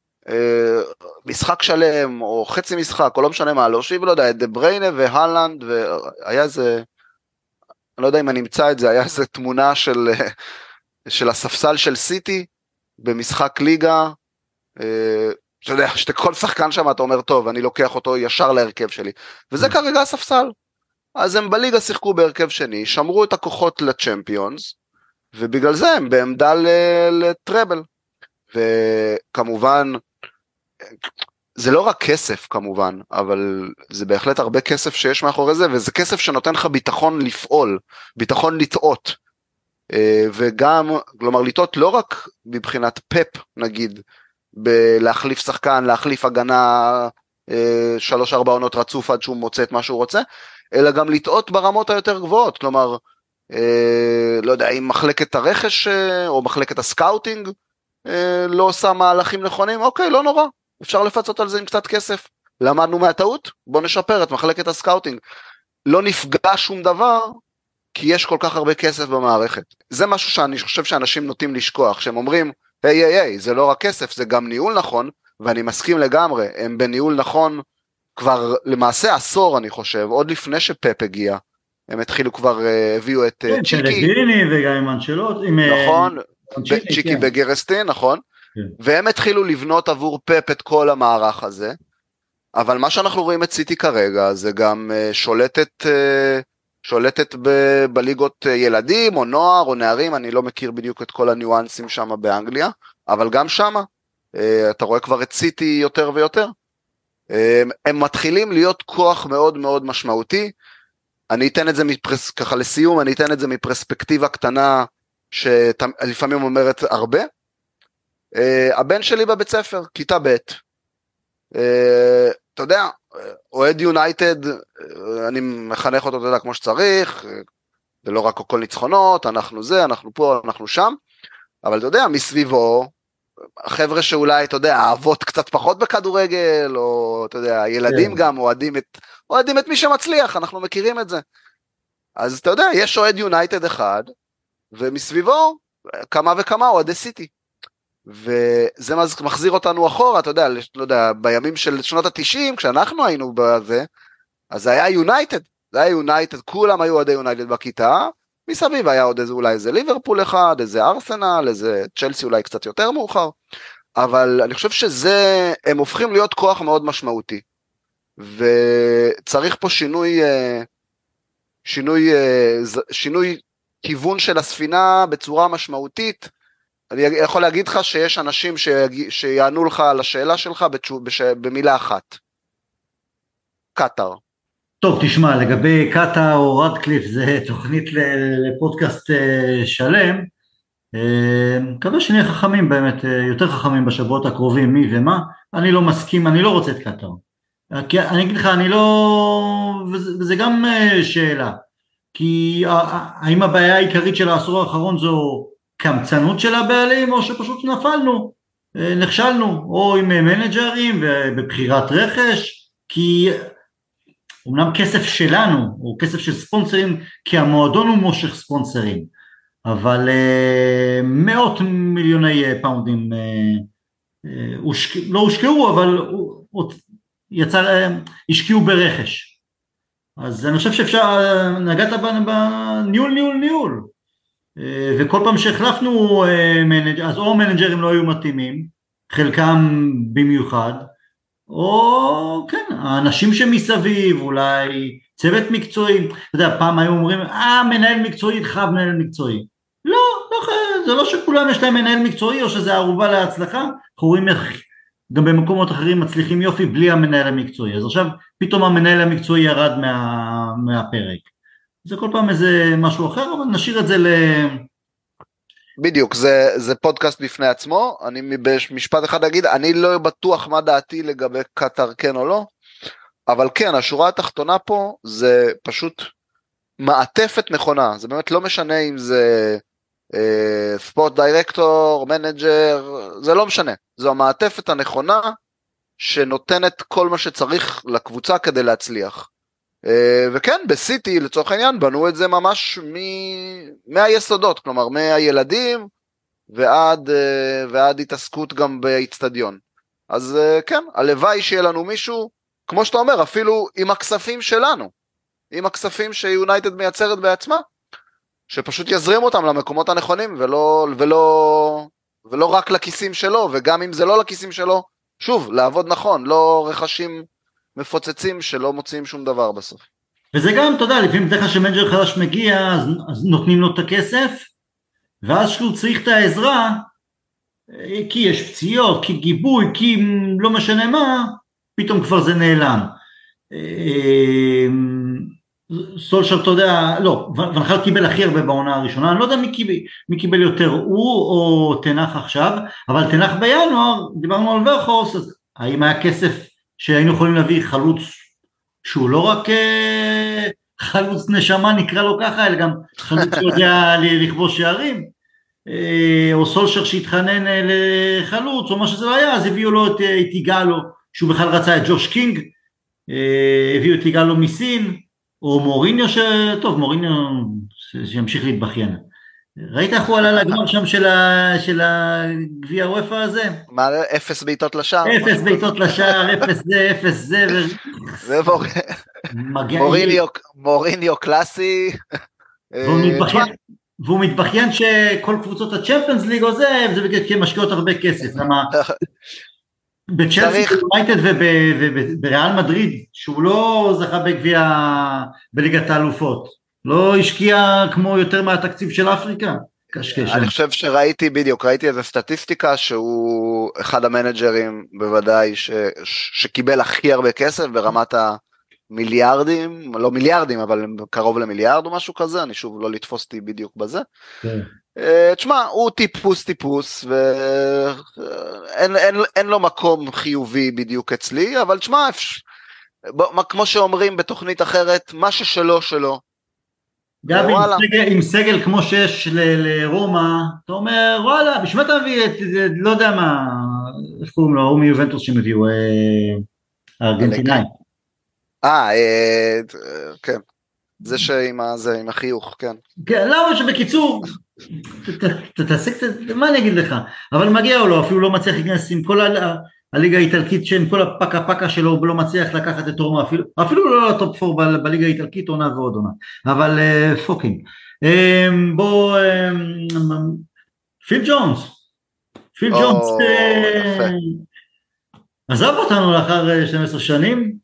משחק שלם, או חצי משחק, או לא משנה מה, להושיב, לא יודע, את דה בריינה והלנד, והיה איזה, אני לא יודע אם אני אמצא את זה, היה איזה תמונה של הספסל של סיטי, במשחק ליגה, אתה יודע, שכל שחקן שם אתה אומר, טוב, אני לוקח אותו ישר להרכב שלי, וזה כרגע הספסל, אז הם בליגה שיחקו בהרכב שני, שמרו את הכוחות לצ'מפיונס, ובגלל זה הם בעמדה לטראבל, וכמובן, זה לא רק כסף כמובן, אבל זה בהחלט הרבה כסף שיש מאחורי זה, וזה כסף שנותן לך ביטחון לפעול, ביטחון לטעות, וגם, כלומר לטעות לא רק מבחינת פפ נגיד, להחליף שחקן, להחליף הגנה 3-4 עונות רצוף עד שהוא מוצא את מה שהוא רוצה, אלא גם לטעות ברמות היותר גבוהות, כלומר, לא יודע, אם מחלקת הרכש או מחלקת הסקאוטינג לא עושה מהלכים נכונים, אוקיי, לא נורא, אפשר לפצות על זה עם קצת כסף, למדנו מהטעות, בוא נשפר את מחלקת הסקאוטינג, לא נפגע שום דבר, כי יש כל כך הרבה כסף במערכת, זה משהו שאני חושב שאנשים נוטים לשכוח, שהם אומרים, היי, זה לא רק כסף, זה גם ניהול נכון, ואני מסכים לגמרי, הם בניהול נכון, כבר למעשה עשור אני חושב, עוד לפני שפפ הגיע, הם התחילו כבר, הביאו את כן, צ'יקי, פלגריני וגם עם אנשלוט, עם נכון, מנצ'יני, צ'יקי כן. בגרסטין, נכון, כן. והם התחילו לבנות עבור פפ את כל המערך הזה, אבל מה שאנחנו רואים את סיטי כרגע, זה גם שולטת בליגות ילדים, או נוער, או נערים, אני לא מכיר בדיוק את כל הניואנסים שם באנגליה, אבל גם שם, אתה רואה כבר את סיטי יותר ויותר, הם מתחילים להיות כוח מאוד מאוד משמעותי, אני אתן את זה ככה לסיום, אני אתן את זה מפרספקטיבה קטנה, שלפעמים אומרת הרבה, הבן שלי בבית ספר, כיתה ב', אתה יודע, אוהד יונייטד, אני מחנך אותו, אתה יודע, כמו שצריך, זה לא רק כל ניצחונות, אנחנו זה, אנחנו פה, אנחנו שם, אבל אתה יודע, מסביבו, החבר'ה שאולי, אתה יודע, האבות קצת פחות בכדורגל, או אתה יודע, הילדים גם אוהדים את מי שמצליח, אנחנו מכירים את זה. אז אתה יודע, יש אוהד יונייטד אחד, ומסביבו כמה וכמה אוהדי סיטי. וזה מחזיר אותנו אחורה, אתה יודע, לא יודע, בימים של שנות ה-90, כשאנחנו היינו בזה, אז זה היה יונייטד, כולם היו אוהדי יונייטד בכיתה, מסביב היה עוד אולי איזה ליברפול אחד, איזה ארסנל, איזה צ'לסי אולי קצת יותר מאוחר, אבל אני חושב שזה, הם הופכים להיות כוח מאוד משמעותי, וצריך פה שינוי כיוון של הספינה בצורה משמעותית. אני יכול להגיד לך שיש אנשים שיענו לך על השאלה שלך במילה אחת. קטר. טוב, תשמע, לגבי קטר או רדקליף, זה תוכנית לפודקאסט שלם. מקווה שנהיה חכמים באמת, יותר חכמים בשבועות הקרובים, מי ומה. אני לא מסכים, אני לא רוצה את קטר. כי אני אגיד לך, אני לא... וזה גם שאלה. כי האם הבעיה העיקרית של העשור האחרון זו קמצנות של הבעלים, או שפשוט נפלנו, נכשלנו, או עם מנג'רים ובבחירת רכש, כי אמנם כסף שלנו, או כסף של ספונסרים, כי המועדון הוא מושך ספונסרים, אבל מאות מיליוני פאונדים לא הושקעו, אבל השקיעו ברכש. אז אני חושב שאפשר, נגעת בניהול, וכל פעם שהחלפנו מנג'ר, אז או מנג'רים לא היו מתאימים, חלקם במיוחד, או כן, האנשים שמסביב, אולי צוות מקצועי, אתה יודע, פעם היו אומרים, מנהל מקצועי, איתך מנהל מקצועי. לא, זה לא שכולם יש להם מנהל מקצועי, או שזה ערובה להצלחה, אנחנו רואים איך גם במקומות אחרים מצליחים יופי, בלי המנהל המקצועי, אז עכשיו פתאום המנהל המקצועי ירד מהפרק. זה כל פעם איזה משהו אחר, אבל נשאיר את זה בדיוק, זה פודקאסט בפני עצמו, אני במשפט אחד אגיד, אני לא בטוח מה דעתי לגבי קטר כן או לא, אבל כן, השורה התחתונה פה זה פשוט מעטפת נכונה, זה באמת לא משנה אם זה ספורט דירקטור, מנג'ר, זה לא משנה, זו המעטפת הנכונה שנותנת כל מה שצריך לקבוצה כדי להצליח. וכן, בסיטי לצורך העניין בנו את זה ממש מהיסודות, כלומר מהילדים ועד התעסקות גם באצטדיון. אז כן, הלוואי שיהיה לנו מישהו, כמו שאתה אומר, אפילו עם הכספים שלנו, עם הכספים שיונייטד מייצרת בעצמה, שפשוט יזרים אותם למקומות הנכונים, ולא רק לכיסים שלו, וגם אם זה לא לכיסים שלו, שוב, לעבוד נכון, לא רכשים מפוצצים שלא מוצאים שום דבר בסוף. וזה גם, אתה יודע, לפעמים בדרך כלל שמנג'ר חדש מגיע, אז נותנים לו את הכסף, ואז שהוא צריך את העזרה, כי יש פציעות, כי גיבוי, כי לא משנה מה, פתאום כבר זה נעלם. סולשר, אתה יודע, לא, ונחל קיבל הכי הרבה בעונה הראשונה, אני לא יודע מי קיבל יותר, הוא או תנח עכשיו, אבל תנח בינואר, דיברנו על ורחוס, אז האם היה כסף שהיינו יכולים להביא חלוץ, שהוא לא רק חלוץ נשמה נקרא לו ככה, אלא גם חלוץ שיודע לכבוש שערים, או סולשר שהתחנן לחלוץ, או מה שזה לא היה, אז הביאו לו את איטיגלו, שהוא בכלל רצה את ג'וש קינג, הביאו את איטיגלו מסין, או מוריניו טוב, מוריניו שימשיך להתבכיין, ראית איך הוא עלה לגמר שם של הגביע הוופא הזה? מה, 0 בעיטות לשער, אפס משהו כזה. בעיטות לשער, אפס זה, זה ומגיע, מוריניו קלאסי. והוא תשמע, מתבכיין, והוא מתבכיין שכל קבוצות הצ'מפיונס ליג או זה בגלל כי הם משקיעות הרבה כסף, למה בצ'לסי, צריך, ביונייטד ובריאל מדריד, שהוא לא זכה בגביע בליגת האלופות, לא השקיע כמו יותר מהתקציב של אפריקה, קשקש שם. אני חושב שראיתי בדיוק, ראיתי איזו סטטיסטיקה שהוא אחד המנג'רים בוודאי שקיבל הכי הרבה כסף ברמת המיליארדים, לא מיליארדים אבל קרוב למיליארד או משהו כזה, אני שוב לא לתפוס אותי בדיוק בזה. כן. תשמע, הוא טיפוס ואין לו מקום חיובי בדיוק אצלי, אבל תשמע, כמו שאומרים בתוכנית אחרת, מה ששלו שלו. גבי, וואלה. עם סגל כמו שיש לרומא, אתה אומר, וואלה, בשביל מה אתה מביא את, לא יודע מה, איך קוראים לו, הוא מיובנטוס שהם הביאו, הארגנטינאי. כן. זה עם החיוך, כן. כן, למה שבקיצור, תעשה קצת, מה אני אגיד לך, אבל מגיע או לא, אפילו לא מצליח להיכנס עם כל הליגה האיטלקית, שעם כל הפקה שלו, הוא לא מצליח לקחת את רומא, אפילו לא לטופ פור בליגה האיטלקית, עונה ועוד עונה, אבל פוקינג. בוא, פיל ג'ונס, יפה. עזב אותנו לאחר 12 שנים,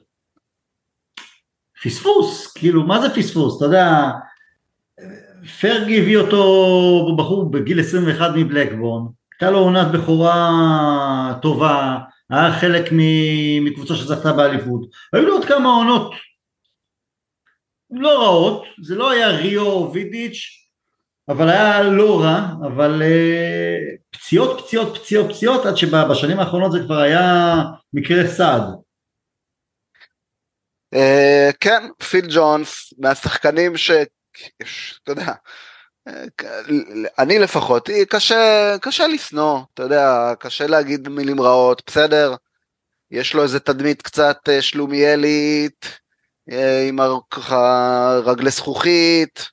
פספוס, כאילו מה זה פספוס, אתה יודע, פרגי הביא אותו בחור בגיל 21 מבלקבורן, הייתה לו עונת בכורה טובה, היה חלק מקבוצה שזכתה באליפות, היו לו עוד כמה עונות לא רעות, זה לא היה ריו או וידיץ', אבל היה לא רע, אבל פציעות, עד שבשנים האחרונות זה כבר היה מקרה סעד. כן, פיל ג'ונס, מהשחקנים אתה יודע, אני לפחות, קשה לשנוא, אתה יודע, קשה להגיד מילים רעות, בסדר, יש לו איזה תדמית קצת שלומיאלית, עם ככה רגלי זכוכית,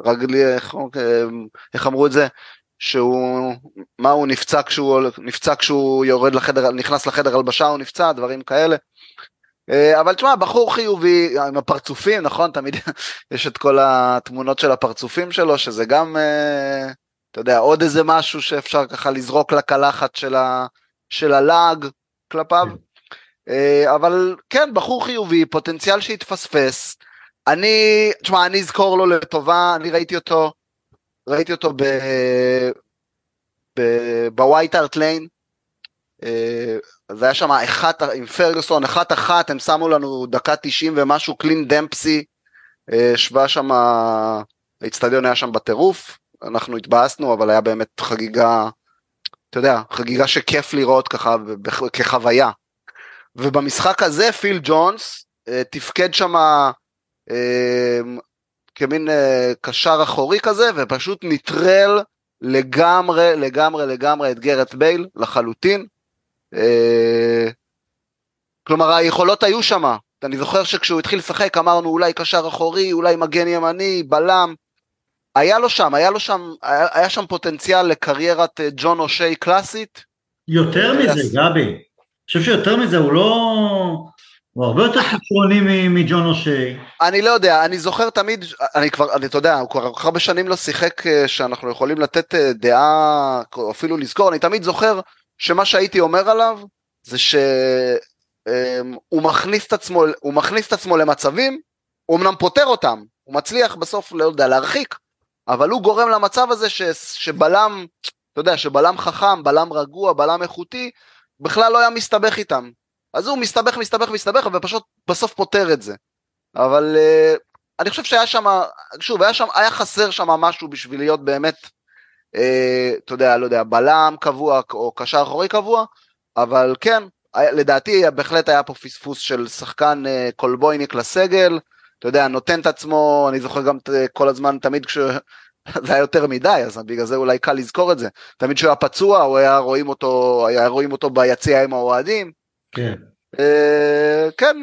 איך אמרו את זה, מה הוא נפצע כשהוא יורד לחדר, נכנס לחדר הלבשה, הוא נפצע, דברים כאלה, אבל תשמע, בחור חיובי עם הפרצופים, נכון? תמיד יש את כל התמונות של הפרצופים שלו, שזה גם, אתה יודע, עוד איזה משהו שאפשר ככה לזרוק לקלחת של הלאג כלפיו. אבל כן, בחור חיובי, פוטנציאל שהתפספס. תשמע, אני אזכור לו לטובה, אני ראיתי אותו בווייט הארט ליין, זה היה שם עם פרגוסון, 1-1, הם שמו לנו דקה 90 ומשהו, קלין דמפסי, שווה שם, האצטדיון היה שם בטירוף, אנחנו התבאסנו, אבל היה באמת חגיגה, אתה יודע, חגיגה שכיף לראות ככה, כחוויה. ובמשחק הזה, פיל ג'ונס, תפקד שם כמין קשר אחורי כזה, ופשוט נטרל לגמרי את גרת בייל, לחלוטין, כלומר היכולות היו שם, אני זוכר שכשהוא התחיל לשחק אמרנו אולי קשר אחורי, אולי מגן ימני, בלם, היה שם פוטנציאל לקריירת ג'ון אושי קלאסית. יותר מזה גבי, אני חושב שיותר מזה הוא הרבה יותר כישרוני מג'ון אושי. אני לא יודע, אני זוכר תמיד, אתה יודע, הוא כבר הרבה שנים לא שיחק שאנחנו יכולים לתת דעה, אפילו לזכור, אני תמיד זוכר שמה שהייתי אומר עליו, זה שהוא מכניס את עצמו למצבים, הוא אמנם פותר אותם, הוא מצליח בסוף, לא יודע, להרחיק, אבל הוא גורם למצב הזה שבלם, אתה יודע, שבלם חכם, בלם רגוע, בלם איכותי, בכלל לא היה מסתבך איתם. אז הוא מסתבך, ופשוט בסוף פותר את זה. אבל אני חושב שהיה שם, שוב, היה חסר שם משהו בשביל להיות באמת, אתה יודע, לא יודע, בלם קבוע או קשר אחורי קבוע, אבל כן, לדעתי בהחלט היה פה פספוס של שחקן קולבויניק לסגל, אתה יודע, נותן את עצמו, אני זוכר גם כל הזמן, תמיד זה היה יותר מדי, אז בגלל זה אולי קל לזכור את זה, תמיד שהוא היה פצוע, היה רואים אותו ביציע עם האוהדים, כן. כן,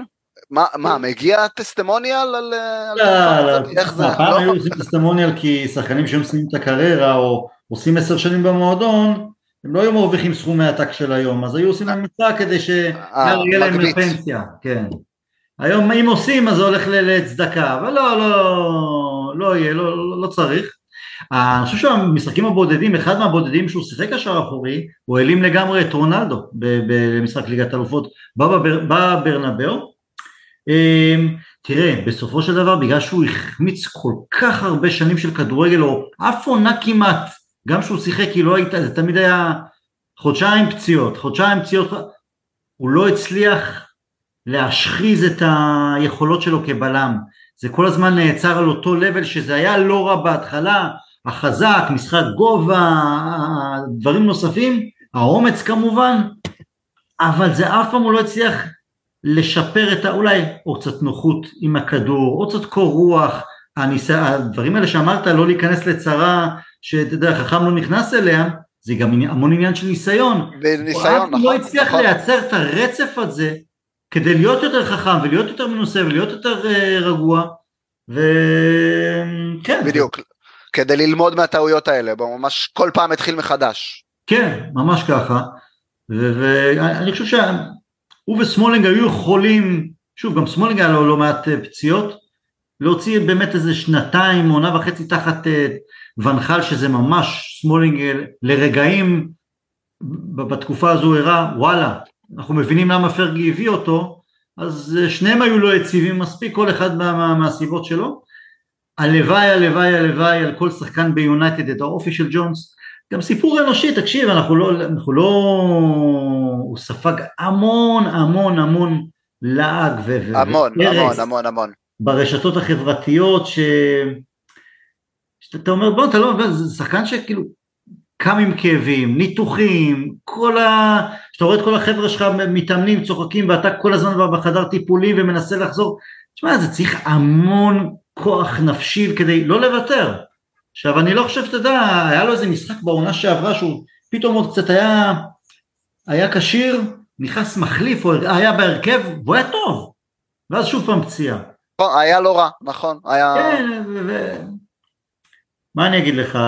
מה, מגיע טסטימוניאל על תקופה לא, כזאת? איך זה? פעם לא? היו עושים טסטימוניאל כי שחקנים שהם מסיימים את הקריירה או עושים 10 שנים במועדון, הם לא היו מרוויחים סכומי עתק של היום, אז היו עושים ממוצע כדי שיהיה להם מגבית. לפנסיה, כן. היום אם עושים אז זה הולך לצדקה, אבל לא יהיה, לא צריך. אני חושב שהמשחקים הבודדים, אחד מהבודדים שהוא שיחק קשר אחורי, הוא העלים לגמרי את רונלדו במשחק ליגת אלופות בברנבאו. תראה, בסופו של דבר, בגלל שהוא החמיץ כל כך הרבה שנים של כדורגל, או אף עונה כמעט, גם שהוא שיחק, כי לא הייתה, זה תמיד היה חודשיים פציעות, הוא לא הצליח להשחיז את היכולות שלו כבלם, זה כל הזמן נעצר על אותו לבל, שזה היה לא רע בהתחלה, החזק, משחק גובה, דברים נוספים, האומץ כמובן, אבל זה אף פעם הוא לא הצליח לשפר את אולי או קצת נוחות עם הכדור, או קצת קור רוח, הדברים האלה שאמרת, לא להיכנס לצרה, שאתה יודע, חכם לא נכנס אליה, זה גם המון עניין של ניסיון. בניסיון, נכון. הוא לא הצליח לייצר את הרצף הזה, כדי להיות יותר חכם, ולהיות יותר מנוסה, ולהיות יותר רגוע, וכן. בדיוק, כדי ללמוד מהטעויות האלה, ממש כל פעם התחיל מחדש. כן, ממש ככה, ואני חושב שהוא וסמולינג היו יכולים, שוב, גם סמולינג היה לו לא מעט פציעות, להוציא באמת איזה 2 עונה וחצי תחת ונחל, שזה ממש סמולינג לרגעים, בתקופה הזו הראה, וואלה, אנחנו מבינים למה פרגי הביא אותו, אז שניהם היו לא יציבים מספיק, כל אחד מהסיבות שלו, הלוואי על כל שחקן ביונייטד את האופי של ג'ונס, גם סיפור אנושי, תקשיב, אנחנו לא, הוא ספג המון לעג המון. ברשתות החברתיות, שאתה אומר, בוא, אתה לא מבין, זה שחקן שכאילו, קם עם כאבים, ניתוחים, שאתה רואה את כל החבר'ה שלך מתאמנים, צוחקים, ואתה כל הזמן בחדר טיפולים ומנסה לחזור, תשמע, זה צריך המון כוח נפשי כדי לא לוותר. עכשיו, אני לא חושב, אתה יודע, היה לו איזה משחק בעונה שעברה, שהוא פתאום עוד קצת היה קשיר, נכנס מחליף, או היה בהרכב, והוא היה טוב, ואז שוב פעם פציעה. היה לא רע, נכון, היה... כן, מה אני אגיד לך,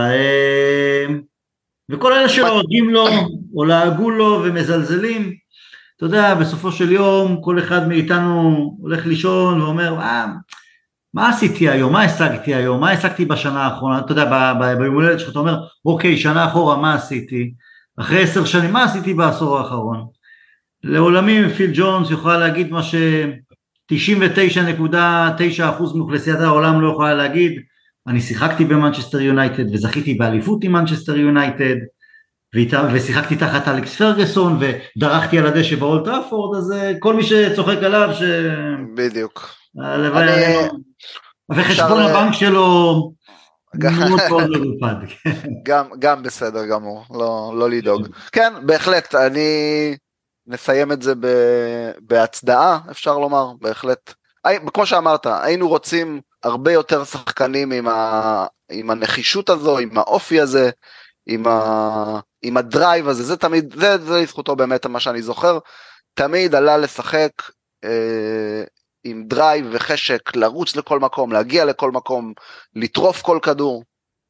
וכל אלה שהורגים לו, או להגו לו ומזלזלים, אתה יודע, בסופו של יום, כל אחד מאיתנו הולך לישון ואומר, מה עשיתי היום, מה השגתי היום, מה השגתי בשנה האחרונה, אתה יודע, ביום הולדת שלך אתה אומר, אוקיי, שנה אחורה, מה עשיתי, אחרי 10 שנים, מה עשיתי בעשור האחרון, לעולמים פיל ג'ונס יוכל להגיד מה ש99.9% מאוכלוסיית העולם לא יכולה להגיד, אני שיחקתי במנצ'סטר יונייטד, וזכיתי באליפות עם מנצ'סטר יונייטד, ושיחקתי תחת אלכס פרגוסון, ודרכתי על הדשא באולד טראפורד, אז כל מי שצוחק עליו, בדיוק. וחשבון הבנק שלו, מאוד מרופד. גם בסדר גמור, לא לדאוג. כן, בהחלט, נסיים את זה בהצדעה, אפשר לומר, בהחלט. כמו שאמרת, היינו רוצים הרבה יותר שחקנים עם הנחישות הזו, עם האופי הזה, עם הדרייב הזה, זה תמיד, זה לזכותו באמת מה שאני זוכר, תמיד עלה לשחק עם דרייב וחשק, לרוץ לכל מקום, להגיע לכל מקום, לטרוף כל כדור.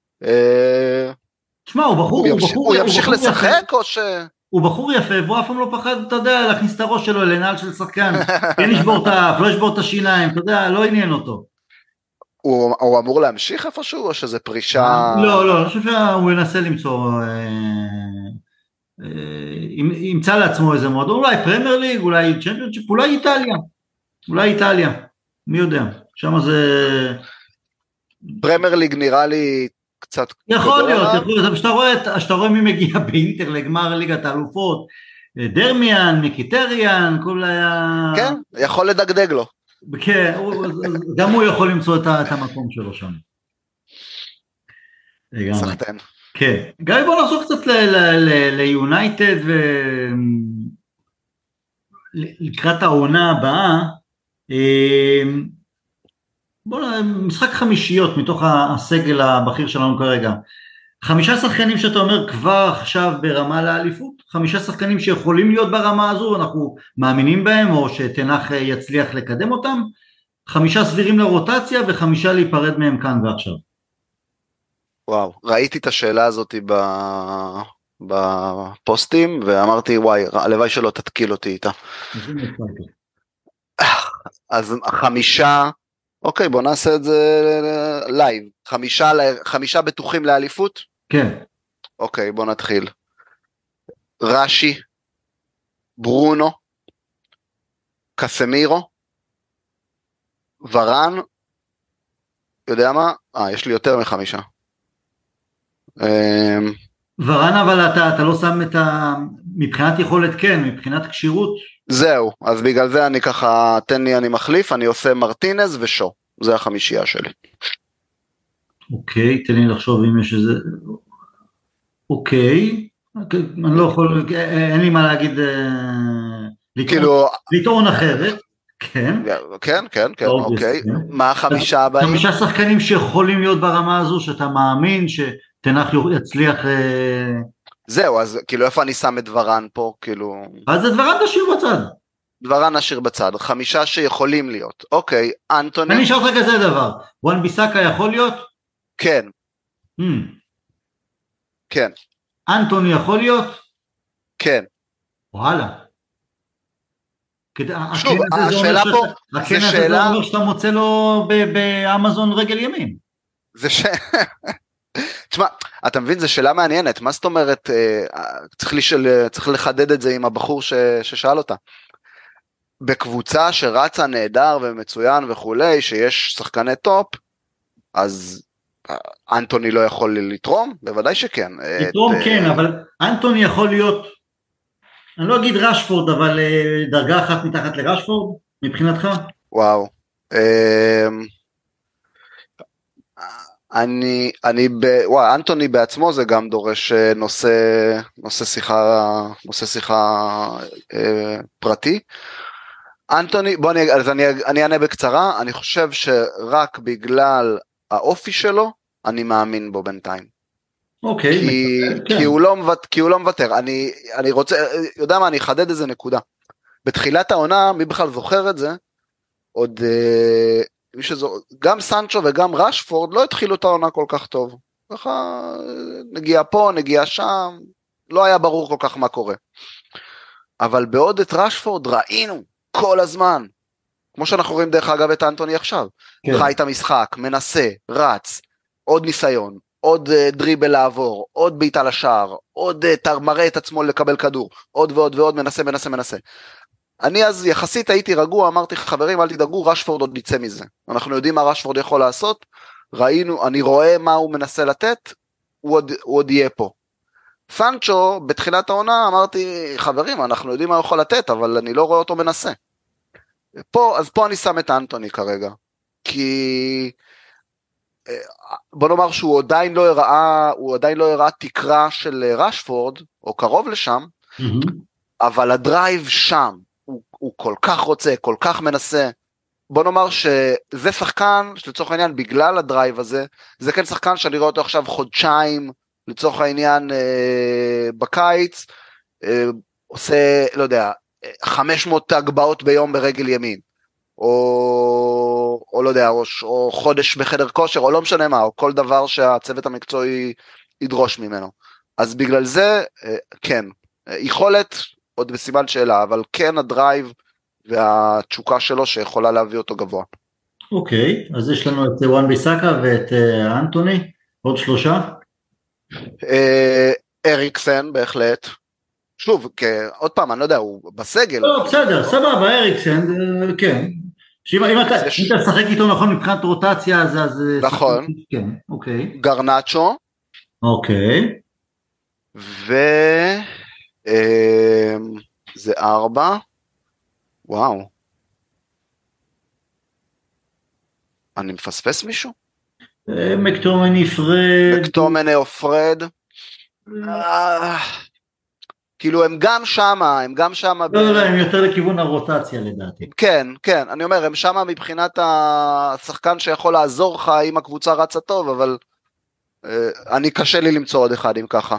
תשמע, הוא ימשיך לשחק או ש... הוא בחור יפה, והוא אף פעם לא פחד, אתה יודע, להכניס את הראש שלו לנעל של שחקן, כן לשבור את האף, לא לשבור את השיניים, אתה יודע, לא עניין אותו. הוא אמור להמשיך איפשהו, או שזה פרישה... לא, אני חושב שהוא ינסה למצוא, ימצא לעצמו איזה מועדון, אולי פרמייר ליג, אולי צ'מפיונשיפ, אולי איטליה, מי יודע, שם זה... פרמייר ליג נראה לי קצת... יכול להיות, שאתה רואה מי מגיע באינטר לגמר ליגת האלופות, דרמיאן, מיקיטריאן, כל היה... כן, יכול לדגדג לו. כן, גם הוא יכול למצוא את המקום שלו שם. סחטן. כן, גבי, בוא נחזור קצת ליונייטד ולקראת העונה הבאה, משחק חמישיות מתוך הסגל הבכיר שלנו כרגע. 5 שחקנים שאתה אומר כבר עכשיו ברמה לאליפות, 5 שחקנים שיכולים להיות ברמה הזו, אנחנו מאמינים בהם, או שתנח יצליח לקדם אותם, 5 סבירים לרוטציה ו5 להיפרד מהם כאן ועכשיו. וואו, ראיתי את השאלה הזאת בפוסטים, ואמרתי, וואי, הלוואי שלא תתקיל אותי איתה. אז 5, אוקיי, בוא נעשה את זה לייב. 5 בטוחים לאליפות? כן. אוקיי, בוא נתחיל. רשי, ברונו, קסמירו, ורן, יודע מה? יש לי יותר מ5. ורן, אבל אתה לא שם מבחינת יכולת כן, מבחינת קשירות. זהו, אז בגלל זה אני ככה, אני מחליף, אני עושה מרטינז ושו, זה 5 שלי. אוקיי, תן לי לחשוב אם יש איזה, אוקיי, אני לא יכול, אין לי מה להגיד, כאילו, לטעון אחרת, כן. כן, אוקיי, מה 5 הבאים? 5 שחקנים שיכולים להיות ברמה הזו, שאתה מאמין שתנח יצליח. זהו, אז כאילו איפה אני שם את ורן פה, כאילו... אז את ורן תשאיר בצד. ורן נשאיר בצד, 5 שיכולים להיות, אוקיי, אנטוני... אני אשאר אותך כזה דבר, וואן ביסאקה יכול להיות? כן. כן. אנטוני יכול להיות? כן. וואלה. שוב, השאלה פה, זה שאלה... זה אומר שאתה מוצא לו באמזון רגל ימין. זה תשמע, אתה מבין, זו שאלה מעניינת, מה זאת אומרת, צריך לחדד את זה עם הבחור ששאל אותה. בקבוצה שרצה נהדר ומצוין וכולי, שיש שחקני טופ, אז אנטוני לא יכול לתרום? בוודאי שכן. לתרום כן, אבל אנטוני יכול להיות, אני לא אגיד רשפורד, אבל דרגה אחת מתחת לרשפורד, מבחינתך? וואו. וואי, אנטוני בעצמו זה גם דורש נושא שיחה פרטי. אנטוני, אני אענה בקצרה, אני חושב שרק בגלל האופי שלו, אני מאמין בו בינתיים. אוקיי. כי הוא לא מוותר, אני רוצה, יודע מה, אני אחדד איזה נקודה. בתחילת העונה, מי בכלל זוכר את זה, עוד... גם סנצ'ו וגם רשפורד לא התחילו את העונה כל כך טוב. ככה נגיע פה, נגיע שם, לא היה ברור כל כך מה קורה. אבל בעוד את רשפורד ראינו כל הזמן, כמו שאנחנו רואים דרך אגב את אנטוני עכשיו, כן. חי את המשחק, מנסה, רץ, עוד ניסיון, עוד דריבל לעבור, עוד בעיטה לשער, עוד מראה את עצמו לקבל כדור, עוד ועוד ועוד, מנסה. אני אז יחסית הייתי רגוע, אמרתי חברים אל תדאגו, רשפורד עוד ניצא מזה, אנחנו יודעים מה רשפורד יכול לעשות, ראינו, אני רואה מה הוא מנסה לתת, הוא עוד יהיה פה. סנצ'ו בתחילת העונה אמרתי חברים אנחנו יודעים מה הוא יכול לתת, אבל אני לא רואה אותו מנסה. אז פה אני שם את אנטוני כרגע, כי בוא נאמר שהוא עדיין לא הראה תקרה של רשפורד, או קרוב לשם, אבל הדרייב שם, הוא כל כך רוצה, כל כך מנסה, בוא נאמר שזה שחקן, שלצורך העניין בגלל הדרייב הזה, זה כן שחקן שאני רואה אותו עכשיו חודשיים, לצורך העניין בקיץ, עושה, לא יודע, 500 הגבעות ביום ברגל ימין, או לא יודע, או חודש בחדר כושר, או לא משנה מה, או כל דבר שהצוות המקצועי ידרוש ממנו. אז בגלל זה, כן, יכולת, עוד בסימן שאלה, אבל כן הדרייב והתשוקה שלו שיכולה להביא אותו גבוה. אוקיי, אז יש לנו את וואן ביסאקה ואת אנטוני, עוד 3? אריקסן בהחלט. שוב, עוד פעם, אני לא יודע, הוא בסגל. לא, בסדר, סבבה, אריקסן, כן. שאם אתה שחק איתו נכון מבחינת רוטציה, אז... נכון. כן, אוקיי. גרנצ'ו. אוקיי. זה 4. וואו. אני מפספס מישהו? מקטומני או פרד. כאילו הם גם שמה, לא, הם יותר לכיוון הרוטציה לדעתי. כן, אני אומר, הם שמה מבחינת השחקן שיכול לעזור לך אם הקבוצה רצה טוב, אבל אני קשה לי למצוא עוד אחד אם ככה.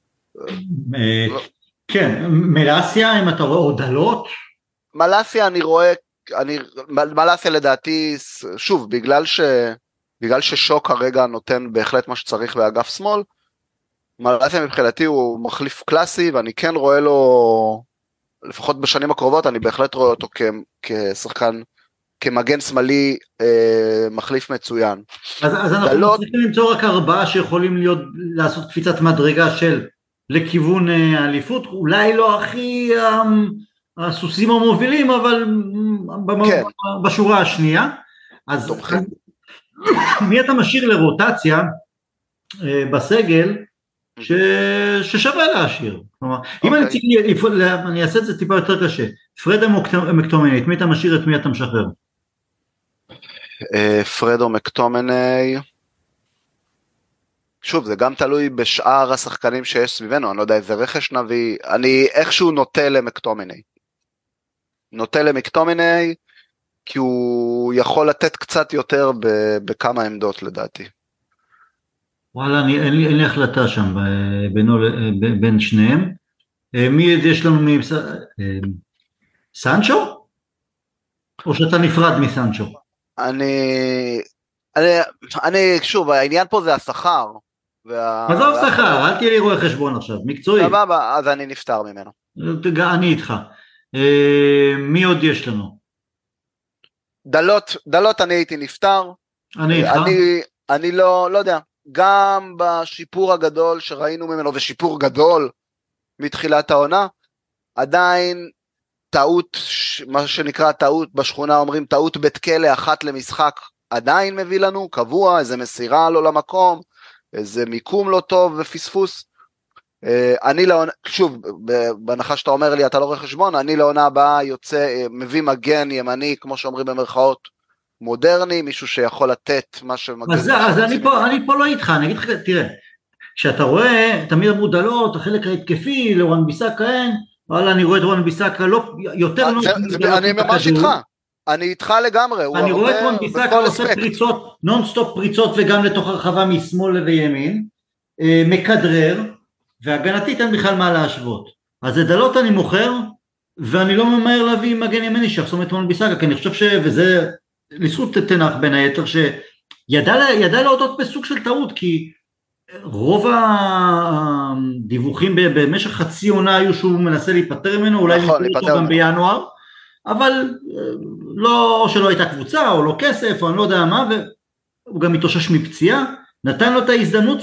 כן, מלאסיה, אם אתה רואה עודלות? מלאסיה אני רואה, מלאסיה לדעתי, שוב, בגלל ששוק כרגע נותן בהחלט מה שצריך באגף שמאל, מלאסיה מבחינתי הוא מחליף קלאסי, ואני כן רואה לו, לפחות בשנים הקרובות, אני בהחלט רואה אותו כשחקן, כמגן שמאלי מחליף מצוין. אז אנחנו צריכים למצוא רק 4 שיכולים לעשות קפיצת מדרגה לכיוון האליפות, אולי לא הכי הסוסים המובילים, אבל כן. בשורה השנייה. אז מי אתה משאיר לרוטציה בסגל ששווה להשאיר? כלומר, אם אני אעשה את זה טיפה יותר קשה, פרד מקטומני, את מי אתה משאיר, את מי אתה משחרר? פרד או מקטומני, שוב, זה גם תלוי בשאר השחקנים שיש סביבנו, אני לא יודע איזה רכש נביא, אני איכשהו נוטה למקטומני, כי הוא יכול לתת קצת יותר בכמה עמדות לדעתי. וואלה, אין לי החלטה שם בין שניהם. מי יש לנו סנצ'ו? או שאתה נפרד מסנצ'ו? אני שוב, העניין פה זה השכר. עזוב שכר, אל תהיה לי רואה חשבון עכשיו, מקצועי. סבבה, אז אני נפטר ממנו. אני איתך. מי עוד יש לנו? דלות אני הייתי נפטר. אני איתך. אני לא יודע, גם בשיפור הגדול שראינו ממנו, ושיפור גדול מתחילת העונה, עדיין טעות, מה שנקרא טעות בשכונה, אומרים טעות בית כלא אחת למשחק, עדיין מביא לנו, קבוע, איזה מסירה לא למקום, איזה מיקום לא טוב ופספוס. אני לעונה, שוב, בהנחה שאתה אומר לי, אתה לא רואה חשבון, אני לעונה הבאה יוצא, מביא מגן ימני, כמו שאומרים במרכאות, מודרני, מישהו שיכול לתת מה שמגן. אז אני פה לא איתך, אני אגיד לך, תראה, כשאתה רואה, תמיד אמרו דלות, החלק ההתקפי, לוואן ביסאקה אין, וואלה, אני רואה את וואן ביסאקה יותר אני ממש איתך. אני איתך לגמרי. אני רואה את וואן ביסאקה עושה פריצות, נונסטופ פריצות וגם לתוך הרחבה משמאל וימין, מקדרר, והגנתית אין בכלל מה להשוות. אז את דלות אני מוכר, ואני לא ממהר להביא מגן ימני שיחסום את וואן ביסאקה, כי אני חושב וזה לזכות תנח בין היתר, שידע להודות בסוג של טעות, כי רוב הדיווחים במשך חצי עונה היו שהוא מנסה להיפטר ממנו, אולי נפטר גם בינואר, אבל לא, או שלא הייתה קבוצה, או לא כסף, או אני לא יודע מה, והוא גם מתאושש מפציעה, נתן לו את ההזדמנות,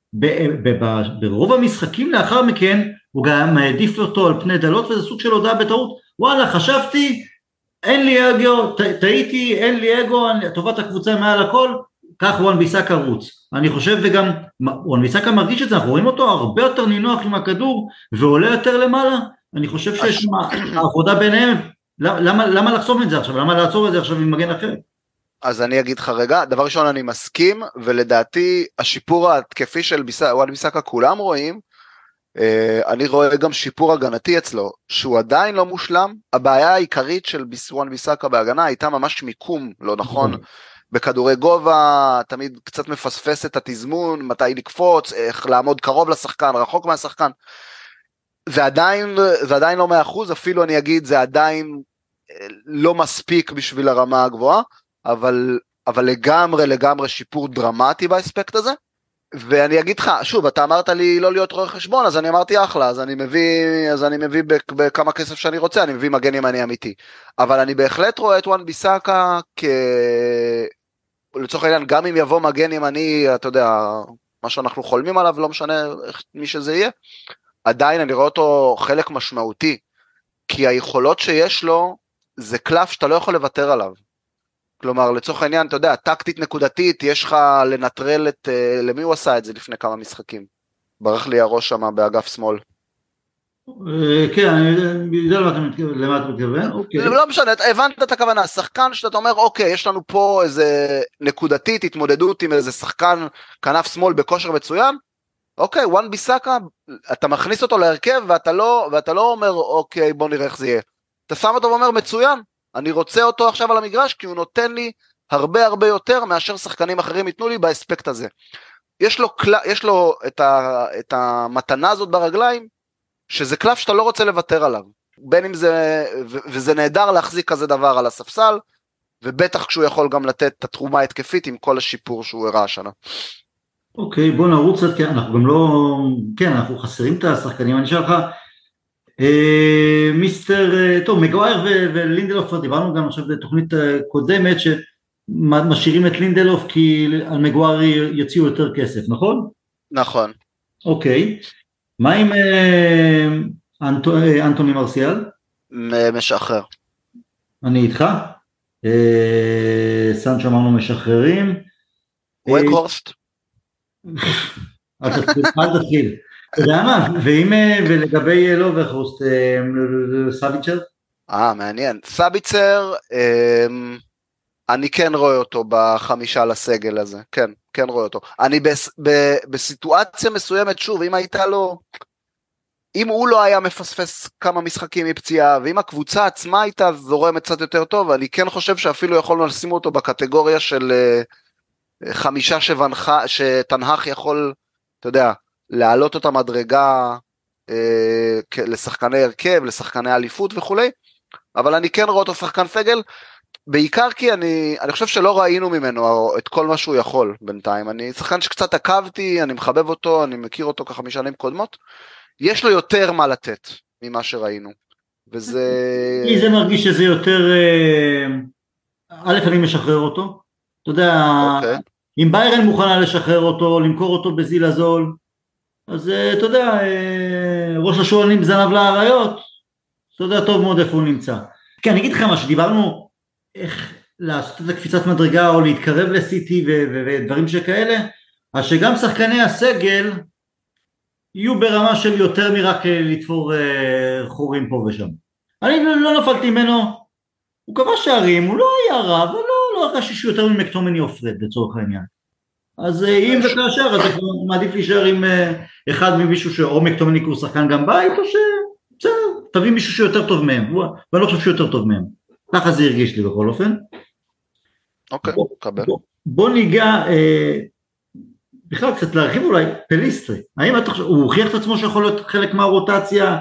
וברוב המשחקים לאחר מכן, הוא גם העדיף אותו על פני דלות, וזה סוג של הודעה בטעות, וואלה, חשבתי, אין לי אגו, טעיתי, אין לי אגו, טובת הקבוצה מעל הכל, כך וואן ביסאקה רוץ. אני חושב וגם, וואן ביסאקה מרגיש את זה, אנחנו רואים אותו הרבה יותר נינוח עם הכדור, ועולה יותר למעלה, אני חושב שיש עבודה ביניהם, למה לחסום את זה עכשיו? למה לעצור את זה עכשיו עם מגן אחר? אז אני אגיד לך רגע, דבר ראשון אני מסכים, ולדעתי השיפור התקפי של וואן ביסאקה כולם רואים, אני רואה גם שיפור הגנתי אצלו, שהוא עדיין לא מושלם, הבעיה העיקרית של וואן ביסאקה בהגנה, הייתה ממש מיקום לא נכון, בכדורי גובה, תמיד קצת מפספס את התזמון, מתי לקפוץ, איך לעמוד קרוב לשחקן, רחוק מהשחקן, זה עדיין לא 100%, אפילו אני אגיד, זה עדיין לא מספיק בשביל הרמה הגבוהה, אבל לגמרי שיפור דרמטי באספקט הזה, ואני אגיד לך, שוב, אתה אמרת לי לא להיות רואה חשבון, אז אני אמרתי אחלה, אז אני מביא בכמה כסף שאני רוצה, אני מביא מגן ימני אמיתי, אבל אני בהחלט רואה את וואן ביסאקה לצורך העניין, גם אם יבוא מגן ימני, אתה יודע, מה שאנחנו חולמים עליו, לא משנה מי שזה יהיה, עדיין אני רואה אותו חלק משמעותי, כי היכולות שיש לו, זה קלף שאתה לא יכול לוותר עליו. כלומר, לצורך העניין, אתה יודע, טקטית נקודתית, יש לך לנטרל למי הוא עשה את זה לפני כמה משחקים? ברח לי הראש שם באגף שמאל. כן, אני יודע למה אתה מתכוון, אוקיי. לא משנה, הבנת את הכוונה, שחקן שאתה אומר, אוקיי, יש לנו פה איזה נקודתית, התמודדות עם איזה שחקן כנף שמאל בכושר מצוין, אוקיי, וואן ביסאקה, אתה מכניס אותו להרכב, ואתה לא אומר, אוקיי, בוא נראה איך זה יהיה. אתה שם אותו ואומר, מצוין, אני רוצה אותו עכשיו על המגרש, כי הוא נותן לי הרבה יותר מאשר שחקנים אחרים ייתנו לי באספקט הזה. יש לו את המתנה הזאת ברגליים, שזה קלף שאתה לא רוצה לוותר עליו, בין אם זה, וזה נהדר להחזיק כזה דבר על הספסל, ובטח כשהוא יכול גם לתת את התרומה התקפית עם כל השיפור שהוא הראה השנה. אוקיי, בוא נרוץ קצת, אנחנו גם לא, כן, אנחנו חסרים את השחקנים, אני אשאל לך, מיסטר, טוב, מגווייר ולינדלוף, דיברנו גם עכשיו בתוכנית קודמת, שמשאירים את לינדלוף כי על מגווייר יציעו יותר כסף, נכון? נכון. אוקיי, מה עם אנטוני מרסיאל? משחרר. אני איתך, סנצ'ו אמרנו משחררים. ווייקהורסט? אל תתחיל. אתה יודע מה, ולגבי לוברחוסט, סביצ'ר? מעניין. סביצ'ר, אני כן רואה אותו בחמישה לסגל הזה, כן רואה אותו. אני בסיטואציה מסוימת, שוב, אם הוא לא היה מפספס כמה משחקים מפציעה, ואם הקבוצה עצמה הייתה זורמת קצת יותר טוב, אני כן חושב שאפילו יכולנו לשים אותו בקטגוריה של חמישה שתנהך יכול, אתה יודע, להעלות אותה מדרגה לשחקני הרכב, לשחקני אליפות וכו', אבל אני כן רואה אותו שחקן סגל, בעיקר כי אני חושב שלא ראינו ממנו את כל מה שהוא יכול בינתיים, אני שחקן שקצת עקבתי, אני מחבב אותו, אני מכיר אותו ככה משנים קודמות, יש לו יותר מה לתת ממה שראינו, וזה... לי זה מרגיש שזה יותר, א' אני משחרר אותו, אתה יודע, אם ביירן מוכנה לשחרר אותו, למכור אותו בזיל הזול, אז אתה יודע, ראש השועלים זנב לאריות, אתה יודע טוב מאוד איפה הוא נמצא. כן, אני אגיד לך מה, שדיברנו איך לעשות את הקפיצת מדרגה או להתקרב לסיטי ודברים שכאלה, אז שגם שחקני הסגל יהיו ברמה של יותר מרק לתפור חורים פה ושם. אני לא נפלתי ממנו, הוא קבע שערים, הוא לא היה רע, ולא הרגשתי שהוא יותר ממקטומני או פרד לצורך העניין. אז אם וכאשר, אז אני מעדיף להישאר עם אחד ממישהו שאו מקטומני הוא שחקן גם בית, או שבסדר, תביא מישהו שיותר טוב מהם, ואני לא חושב שהוא יותר טוב מהם. ככה זה הרגיש לי בכל אופן. אוקיי, קבל. בוא ניגע, בכלל קצת להרחיב אולי, פליסטרי. האם הוא הוכיח את עצמו שיכול להיות חלק מהרוטציה?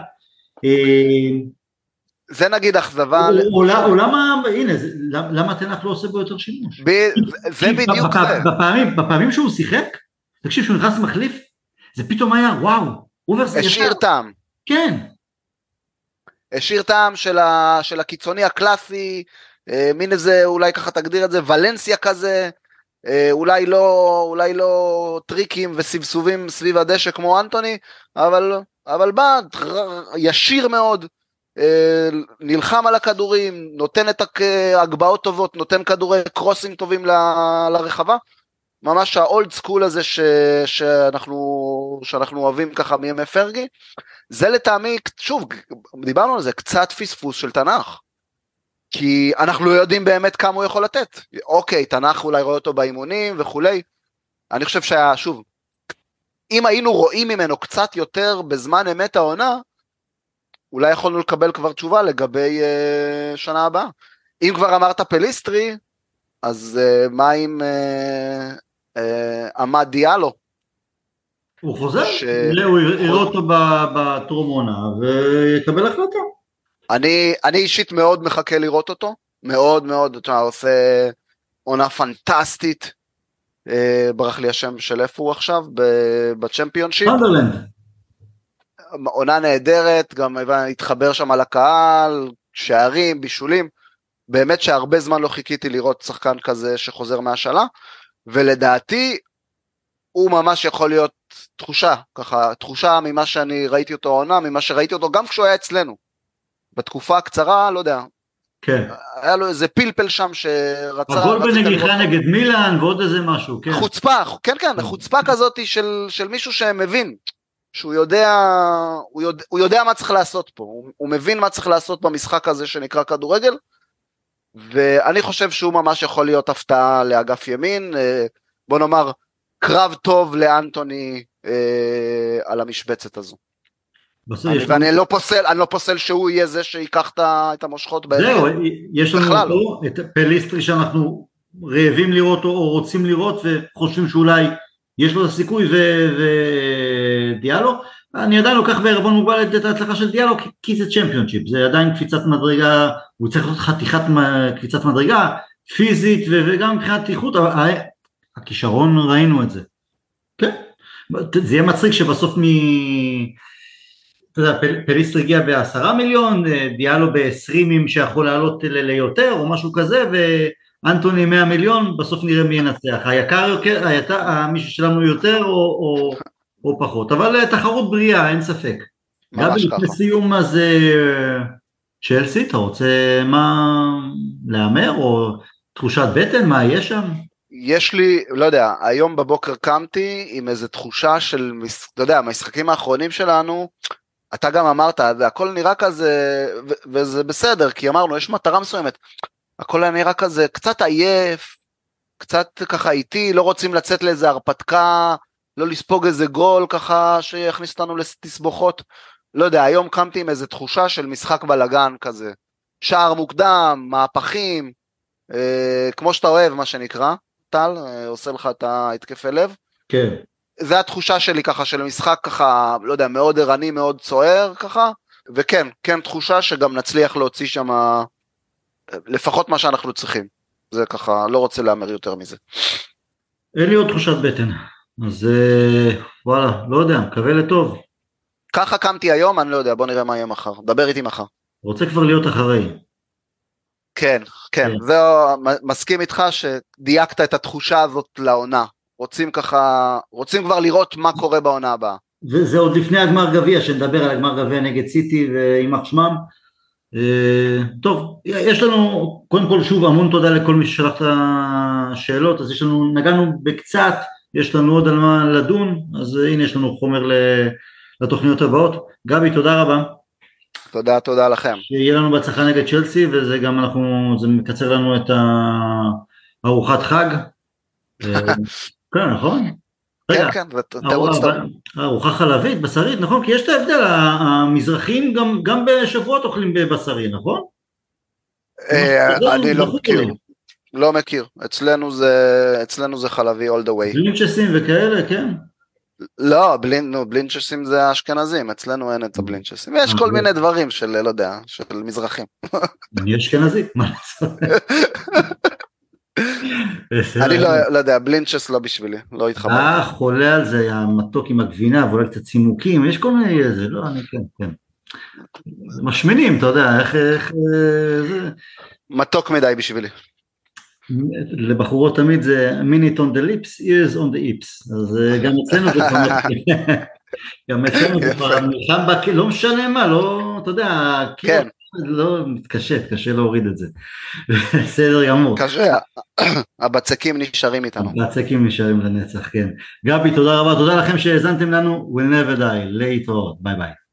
זה נגיד אכזבה... או למה, הנה, למה תנח לא עושה בו יותר שימוש? זה בדיוק זה. בפעמים שהוא שיחק, תקשיב, שהוא נכנס מחליף, זה פתאום היה, וואו, השאיר טעם. כן. השאיר טעם של הקיצוני הקלאסי, מין איזה, אולי ככה תגדיר את זה, ולנסיה כזה, אולי לא טריקים וסבסובים סביב הדשא כמו אנטוני, אבל בא ישיר מאוד, נלחם על הכדורים, נותן את הגבעות טובות, נותן כדורי קרוסים טובים לרחבה, ממש האולד סקול הזה שאנחנו אוהבים ככה מימי פרגי, זה לטעמי, שוב, דיברנו על זה, קצת פספוס של תנ"ך, כי אנחנו לא יודעים באמת כמה הוא יכול לתת, אוקיי, תנ"ך אולי רואה אותו באימונים וכולי, אני חושב שוב, אם היינו רואים ממנו קצת יותר בזמן אמת העונה, אולי יכולנו לקבל כבר תשובה לגבי שנה הבאה. אם כבר אמרת פליסטרי, אז מה עם עמד דיאלו? הוא חוזר, הוא יראה אותו בטרומונה ויקבל החלטה. אני אישית מאוד מחכה לראות אותו, מאוד מאוד, אתה עושה עונה פנטסטית, ברח לי השם של איפה הוא עכשיו, בצ'מפיונשיפ. סנדרלנד. עונה נהדרת, גם התחבר שם על הקהל, שערים, בישולים, באמת שהרבה זמן לא חיכיתי לראות שחקן כזה שחוזר מהשאלה, ולדעתי הוא ממש יכול להיות תחושה ממה שאני ראיתי אותו העונה, ממה שראיתי אותו גם כשהוא היה אצלנו, בתקופה הקצרה, לא יודע, כן. היה לו איזה פלפל שם שרצה... הגול בנגיחה נגד מילאן ועוד איזה משהו, כן. חוצפה כזאת של מישהו שמבין, שהוא יודע מה צריך לעשות פה, הוא מבין מה צריך לעשות במשחק הזה שנקרא כדורגל, ואני חושב שהוא ממש יכול להיות הפתעה לאגף ימין, בוא נאמר, קרב טוב לאנטוני על המשבצת הזו. ואני לא פוסל שהוא יהיה זה שיקח את המושכות בעצם. זהו, יש לנו את פליסטרי שאנחנו רעבים לראות או רוצים לראות וחושבים שאולי יש לו סיכוי ודיאלו, אני עדיין לוקח בערבון מוגבל את ההצלחה של דיאלו, כי זה צ'מפיונשיפ, זה עדיין קפיצת מדרגה, הוא צריך להיות קפיצת מדרגה, פיזית וגם מבחינת איכות, אבל הכישרון ראינו את זה. כן, זה יהיה מצחיק שבסוף אתה יודע, פריסטר הגיע ב10 מיליון, דיאלו ב20 שיכול לעלות ליותר או משהו כזה, ואנטוני 100 מיליון, בסוף נראה מי ינצח, היקר מישהו שלנו יותר או פחות, אבל תחרות בריאה, אין ספק. ממש גבי, ככה. לפני סיום, אז צ'לסי, אתה רוצה להמר או תחושת בטן, מה יש שם? יש לי, לא יודע, היום בבוקר קמתי עם איזו תחושה של, אתה יודע, המשחקים האחרונים שלנו, אתה גם אמרת, הכל נראה כזה, וזה בסדר, כי אמרנו, יש מטרה מסוימת, הכל נראה כזה, קצת עייף, קצת ככה איטי, לא רוצים לצאת לאיזה הרפתקה, לא לספוג איזה גול ככה, שיכניס אותנו לתסבוכות, לא יודע, היום קמתי עם איזו תחושה של משחק בלגן כזה, שער מוקדם, מהפכים, כמו שאתה אוהב, מה שנקרא, טל, עושה לך את ההתקפי לב. כן. זה התחושה שלי ככה, של משחק ככה, לא יודע, מאוד ערני, מאוד צוער ככה, וכן, כן תחושה שגם נצליח להוציא שם, לפחות מה שאנחנו צריכים. זה ככה, לא רוצה לאמר יותר מזה. אין לי עוד תחושת בטן, אז וואלה, לא יודע, מקווה לטוב. ככה קמתי היום, אני לא יודע, בוא נראה מה יהיה מחר. דבר איתי מחר. רוצה כבר להיות אחרי. כן, כן, כן. זהו, מסכים איתך שדייקת את התחושה הזאת לעונה. רוצים ככה, רוצים כבר לראות מה קורה בעונה הבאה. זה עוד לפני הגמר גביע, שנדבר על הגמר גביע נגד סיטי ועמק שמם. טוב, יש לנו, קודם כל שוב המון תודה לכל מי ששלח את השאלות, אז נגענו בקצת, יש לנו עוד על מה לדון, אז הנה יש לנו חומר לתוכניות הבאות. גבי, תודה רבה. תודה לכם. שיהיה לנו בהצלחה נגד צ'לסי, וזה גם זה מקצר לנו את הארוחת חג. כן, נכון? כן, כן, תירוץ טוב. ארוחה חלבית, בשרית, נכון? כי יש את ההבדל, המזרחים גם בשבועות אוכלים בבשרי, נכון? אני לא מכיר, אצלנו זה חלבי all the way. בלינצ'סים וכאלה, כן? לא, בלינצ'סים זה האשכנזים, אצלנו אין את הבלינצ'סים, יש כל מיני דברים של, לא יודע, של מזרחים. אני אשכנזי, מה לעשות? אני לא יודע, בלינצ'ס לא בשבילי, לא התחברתי. חולה על זה, המתוק עם הגבינה ואולי קצת צימוקים, יש כל מיני, לא, אני כן. משמינים, אתה יודע, איך זה... מתוק מדי בשבילי. לבחורות תמיד זה minute on the lips, ears on the hips, אז גם אצלנו זה גם אצלנו זה כבר נלחם, לא משנה מה, לא, אתה יודע, כן. לא, קשה להוריד את זה, בסדר גמור. קשה, הבצקים נשארים איתנו. הבצקים נשארים לנצח, כן. גבי, תודה רבה, תודה לכם שהאזנתם לנו, we'll never die, להתראות, ביי ביי.